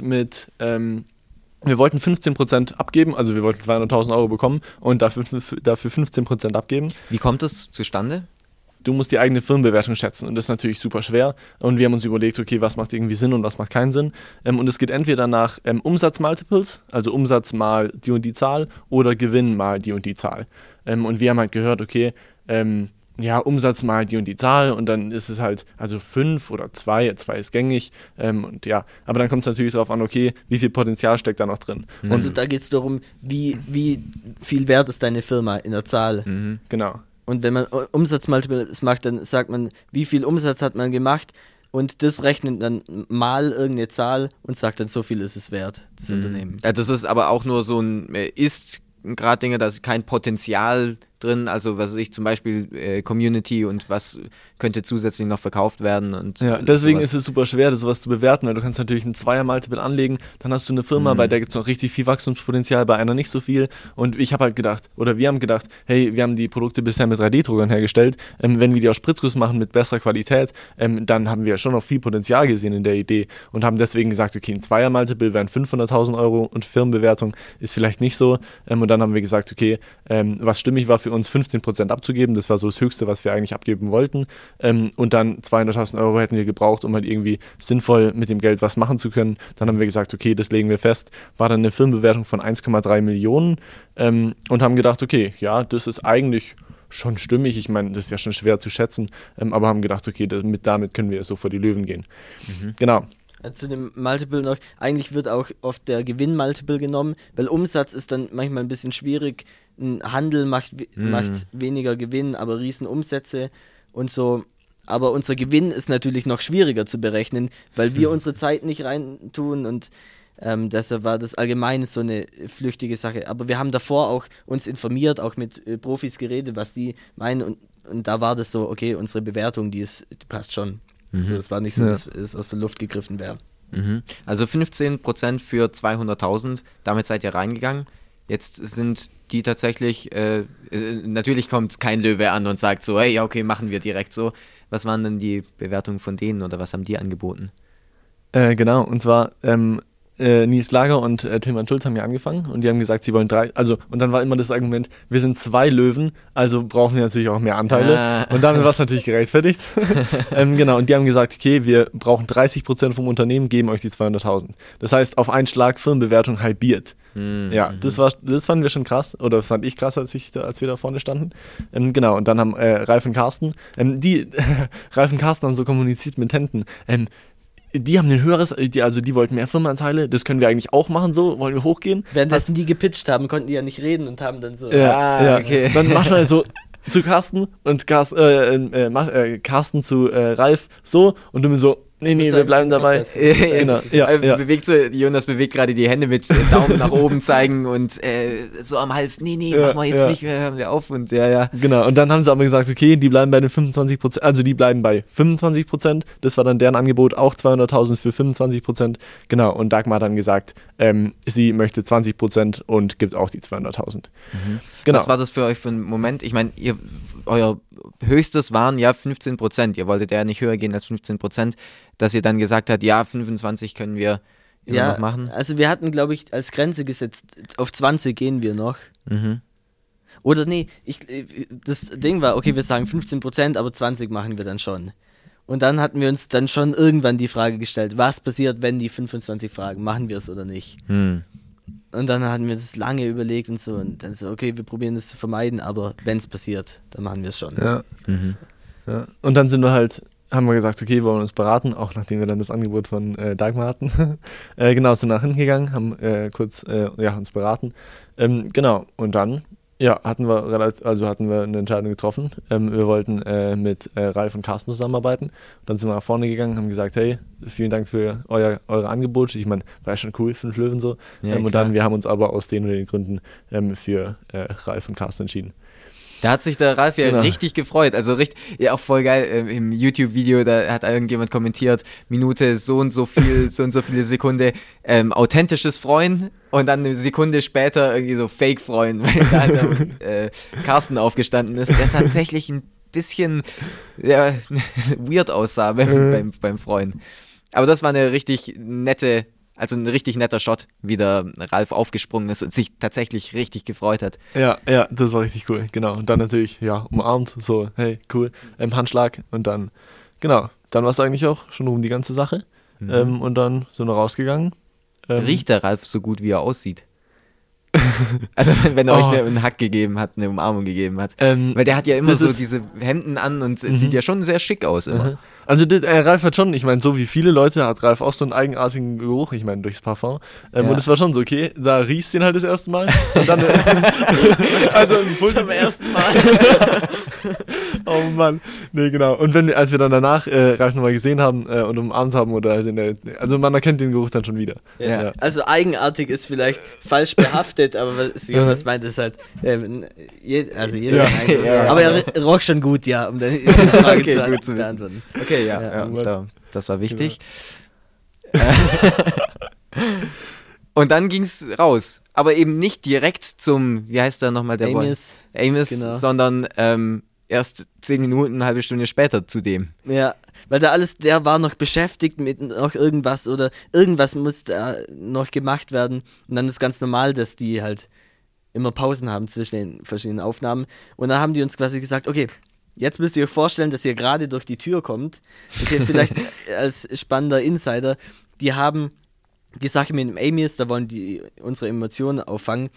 wir wollten 15% abgeben, also wir wollten 200.000 Euro bekommen und dafür 15% abgeben. Wie kommt das zustande? Du musst die eigene Firmenbewertung schätzen und das ist natürlich super schwer. Und wir haben uns überlegt, okay, was macht irgendwie Sinn und was macht keinen Sinn. Und es geht entweder nach Umsatzmultiples, also Umsatz mal die und die Zahl, oder Gewinn mal die und die Zahl. Und wir haben halt gehört, okay, Umsatz mal die und die Zahl und dann ist es halt, also 5 oder 2 ist gängig aber dann kommt es natürlich darauf an, okay, wie viel Potenzial steckt da noch drin. Also da geht es darum, wie viel wert ist deine Firma in der Zahl. Genau. Und wenn man Umsatzmultiples macht, dann sagt man, wie viel Umsatz hat man gemacht und das rechnet dann mal irgendeine Zahl und sagt dann, so viel ist es wert, das Unternehmen. Ja, das ist aber auch nur so ein Ist-Grad-Dinge, da ist kein Potenzial drin, also was weiß ich, zum Beispiel Community und was könnte zusätzlich noch verkauft werden. Und deswegen ist es super schwer, sowas zu bewerten, weil du kannst natürlich ein Zweier-Multiple anlegen, dann hast du eine Firma, bei der gibt es noch richtig viel Wachstumspotenzial, bei einer nicht so viel und wir haben gedacht, hey, wir haben die Produkte bisher mit 3D-Druckern hergestellt, wenn wir die aus Spritzguss machen mit besserer Qualität, dann haben wir schon noch viel Potenzial gesehen in der Idee und haben deswegen gesagt, okay, ein Zweier-Multiple wären 500.000 Euro und Firmenbewertung ist vielleicht nicht so und dann haben wir gesagt, okay, was stimmig war für uns 15% abzugeben, das war so das Höchste, was wir eigentlich abgeben wollten und dann 200.000 Euro hätten wir gebraucht, um halt irgendwie sinnvoll mit dem Geld was machen zu können. Dann haben wir gesagt, okay, das legen wir fest. War dann eine Firmenbewertung von 1,3 Millionen und haben gedacht, okay, ja, das ist eigentlich schon stimmig. Ich meine, das ist ja schon schwer zu schätzen, aber haben gedacht, okay, damit können wir so vor die Löwen gehen. Genau. Zu dem Multiple noch, eigentlich wird auch oft der Gewinn-Multiple genommen, weil Umsatz ist dann manchmal ein bisschen schwierig. Ein Handel macht weniger Gewinn, aber riesen Umsätze und so. Aber unser Gewinn ist natürlich noch schwieriger zu berechnen, weil wir unsere Zeit nicht reintun und deshalb war das allgemein so eine flüchtige Sache. Aber wir haben davor auch uns informiert, auch mit Profis geredet, was die meinen und da war das so, okay, unsere Bewertung, die passt schon. Also es war nicht so, dass es aus der Luft gegriffen wäre. Also 15% für 200.000, damit seid ihr reingegangen. Jetzt sind die tatsächlich, natürlich kommt kein Löwe an und sagt so, hey, ja, okay, machen wir direkt so. Was waren denn die Bewertungen von denen oder was haben die angeboten? Genau, und zwar Nils Lager und Tilman Schulz haben ja angefangen und die haben gesagt, sie wollen 3, und dann war immer das Argument, wir sind 2 Löwen, also brauchen wir natürlich auch mehr Anteile und damit war es natürlich gerechtfertigt. Genau, und die haben gesagt, okay, wir brauchen 30% vom Unternehmen, geben euch die 200.000. Das heißt, auf einen Schlag Firmenbewertung halbiert. Ja, das fanden wir schon krass, oder das fand ich krass, als wir da vorne standen. Genau, und dann haben Ralf und Carsten, Ralf und Carsten haben so kommuniziert mit Händen, die haben ein höheres, die wollten mehr Firmenanteile, das können wir eigentlich auch machen, so, wollen wir hochgehen? Währenddessen die gepitcht haben, konnten die ja nicht reden und haben dann so, okay. Dann machen wir so zu Carsten und Carsten zu Ralf so und du mir so, nee, wir bleiben dabei. Genau. Jonas bewegt gerade die Hände mit Daumen nach oben zeigen und so am Hals, machen wir jetzt nicht, hören wir auf und Genau, und dann haben sie aber gesagt, okay, die bleiben bei den 25%, also die bleiben bei 25%, das war dann deren Angebot, auch 200.000 für 25%, genau, und Dagmar hat dann gesagt, sie möchte 20% und gibt auch die 200.000. Genau. Was war das für euch für ein Moment? Ich meine, euer Höchstes waren ja 15%, ihr wolltet ja nicht höher gehen als 15%, dass ihr dann gesagt habt, 25 können wir immer noch machen. Also wir hatten, glaube ich, als Grenze gesetzt, auf 20 gehen wir noch. Oder nee, das Ding war, okay, wir sagen 15%, aber 20 machen wir dann schon. Und dann hatten wir uns dann schon irgendwann die Frage gestellt, was passiert, wenn die 25 fragen, machen wir es oder nicht? Und dann hatten wir das lange überlegt und so, und dann so, okay, wir probieren das zu vermeiden, aber wenn es passiert, dann machen wir es schon. Ja. Und dann haben wir gesagt, okay, wollen wir uns beraten, auch nachdem wir dann das Angebot von Dagmar hatten. Genau, sind nach hinten gegangen, haben kurz uns beraten. Genau, und dann hatten wir eine Entscheidung getroffen. Wir wollten mit Ralf und Carsten zusammenarbeiten. Dann sind wir nach vorne gegangen, haben gesagt, hey, vielen Dank für eure Angebote. Ich meine, war ja schon cool, 5 Löwen so. Und dann, wir haben uns aber aus den oder den Gründen für Ralf und Carsten entschieden. Da hat sich der Ralf richtig gefreut, also richtig, auch voll geil, im YouTube-Video, da hat irgendjemand kommentiert, Minute so und so viele Sekunde, authentisches Freuen und dann eine Sekunde später irgendwie so Fake Freuen, weil da halt Carsten aufgestanden ist, der tatsächlich ein bisschen weird aussah beim Freuen. Aber das war ein richtig netter Shot, wie der Ralf aufgesprungen ist und sich tatsächlich richtig gefreut hat. Ja, das war richtig cool, genau. Und dann natürlich, umarmt, so, hey, cool, Handschlag und dann, genau, dann war es eigentlich auch schon um die ganze Sache. Und dann sind wir rausgegangen. Riecht der Ralf so gut, wie er aussieht? Also wenn er euch einen Hack gegeben hat, eine Umarmung gegeben hat. Weil der hat ja immer so diese Hemden an und sieht ja schon sehr schick aus immer. Also Ralf hat schon, ich meine, so wie viele Leute hat Ralf auch so einen eigenartigen Geruch, ich meine, durchs Parfum. Und es war schon so, okay, da riechst du ihn halt das erste Mal. Und dann, also zum ersten Mal. Oh Mann. Nee, genau. Und als wir dann danach Ralf nochmal gesehen haben und umarmt haben oder halt also man erkennt den Geruch dann schon wieder. Ja. Also eigenartig ist vielleicht falsch behaftet, aber was Jonas meint, ist halt, jeder aber er roch schon gut, um deine Frage zu beantworten. Okay, das war wichtig. Und dann ging's raus, aber eben nicht direkt zum, wie heißt der nochmal, der Amos, genau. Sondern erst 10 Minuten, eine halbe Stunde später zu dem. Ja, weil der war noch beschäftigt mit noch irgendwas oder irgendwas muss da noch gemacht werden und dann ist ganz normal, dass die halt immer Pausen haben zwischen den verschiedenen Aufnahmen und dann haben die uns quasi gesagt, okay, jetzt müsst ihr euch vorstellen, dass ihr gerade durch die Tür kommt. Okay, vielleicht als spannender Insider, die haben die Sache mit dem Amius, da wollen die unsere Emotionen auffangen.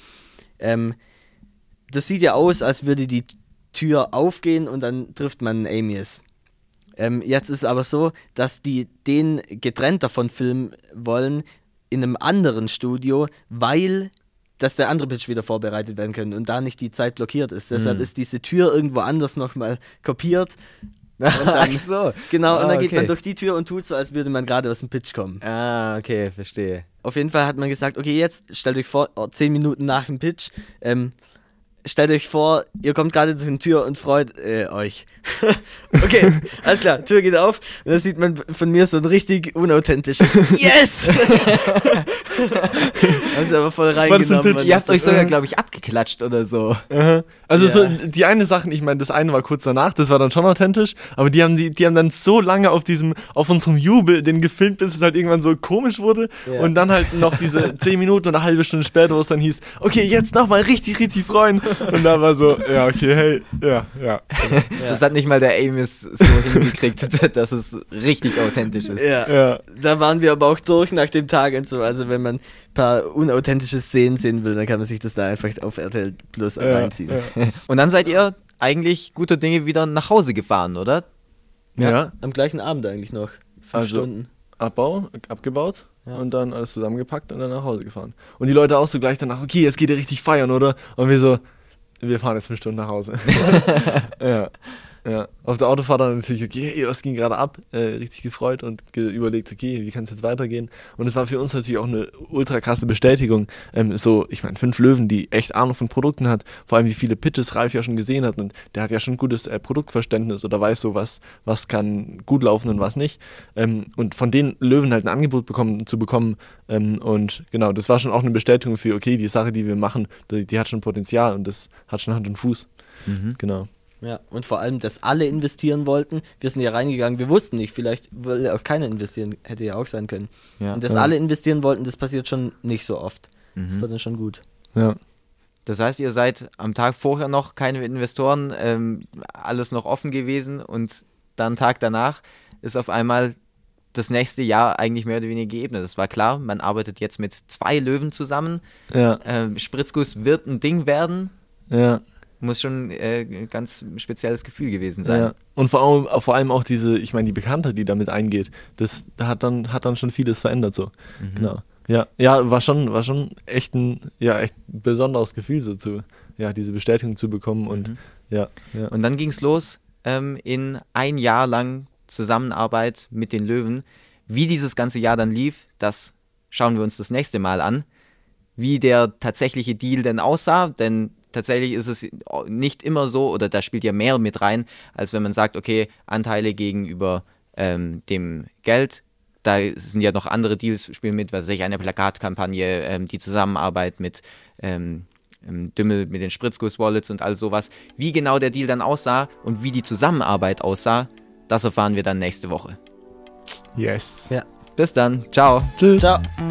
Das sieht ja aus, als würde die Tür aufgehen und dann trifft man einen Amius. Jetzt ist es aber so, dass die den getrennt davon filmen wollen in einem anderen Studio, weil dass der andere Pitch wieder vorbereitet werden kann und da nicht die Zeit blockiert ist. Deshalb ist diese Tür irgendwo anders nochmal kopiert. Ach so. Genau, und dann geht man durch die Tür und tut so, als würde man gerade aus dem Pitch kommen. Ah, okay, verstehe. Auf jeden Fall hat man gesagt, okay, jetzt stellt euch vor, 10 Minuten nach dem Pitch, stellt euch vor, ihr kommt gerade durch die Tür und freut euch. Okay, alles klar, Tür geht auf und da sieht man von mir so ein richtig unauthentisches Yes! Haben sie aber voll reingenommen. Ihr habt euch sogar, glaube ich, abgeklatscht oder so. Also so die eine Sache, ich meine, das eine war kurz danach, das war dann schon authentisch, aber die haben dann so lange auf unserem Jubel den gefilmt, bis es halt irgendwann so komisch wurde und dann halt noch diese 10 Minuten oder eine halbe Stunde später, wo es dann hieß, okay, jetzt nochmal richtig, richtig freuen Und da war so, ja, okay, hey, ja. Das hat nicht mal der Amos so hingekriegt, dass es richtig authentisch ist. Ja. Da waren wir aber auch durch nach dem Tag und so. Also wenn man ein paar unauthentische Szenen sehen will, dann kann man sich das da einfach auf RTL Plus reinziehen. Ja. Und dann seid ihr eigentlich guter Dinge wieder nach Hause gefahren, oder? Ja. Am gleichen Abend eigentlich noch. 5 Stunden. Abgebaut und dann alles zusammengepackt und dann nach Hause gefahren. Und die Leute auch so gleich danach, okay, jetzt geht ihr richtig feiern, oder? Und wir so, wir fahren jetzt 5 Stunden nach Hause. Ja. Auf der Autofahrt dann natürlich, okay, hey, was ging gerade ab? Richtig gefreut und überlegt, okay, wie kann es jetzt weitergehen? Und es war für uns natürlich auch eine ultra krasse Bestätigung. Ich meine, 5 Löwen, die echt Ahnung von Produkten hat, vor allem wie viele Pitches Ralf ja schon gesehen hat und der hat ja schon gutes Produktverständnis oder weiß so, was kann gut laufen und was nicht. Und von den Löwen halt ein Angebot zu bekommen und genau, das war schon auch eine Bestätigung für, okay, die Sache, die wir machen, die hat schon Potenzial und das hat schon Hand und Fuß. Genau. Ja, und vor allem, dass alle investieren wollten. Wir sind ja reingegangen, wir wussten nicht, vielleicht will ja auch keiner investieren, hätte ja auch sein können. Ja. Und dass alle investieren wollten, das passiert schon nicht so oft. Das war dann schon gut. Ja. Das heißt, ihr seid am Tag vorher noch keine Investoren, alles noch offen gewesen und dann Tag danach ist auf einmal das nächste Jahr eigentlich mehr oder weniger geebnet. Das war klar, man arbeitet jetzt mit 2 Löwen zusammen. Ja. Spritzguss wird ein Ding werden. Ja. Muss schon ein ganz spezielles Gefühl gewesen sein. Ja. Und vor allem auch die Bekanntheit, die damit eingeht, das hat dann schon vieles verändert so. Genau. Ja, war schon echt ein echt besonderes Gefühl so diese Bestätigung zu bekommen und ja. Und dann ging es los in ein Jahr lang Zusammenarbeit mit den Löwen. Wie dieses ganze Jahr dann lief, das schauen wir uns das nächste Mal an. Wie der tatsächliche Deal denn aussah, denn tatsächlich ist es nicht immer so, oder da spielt ja mehr mit rein, als wenn man sagt, okay, Anteile gegenüber dem Geld, da sind ja noch andere Deals, spielen mit, was weiß ich, eine Plakatkampagne, die Zusammenarbeit mit Dümmel, mit den Spritzguss-Wallets und all sowas. Wie genau der Deal dann aussah und wie die Zusammenarbeit aussah, das erfahren wir dann nächste Woche. Yes. Ja. Bis dann. Ciao. Tschüss. Ciao.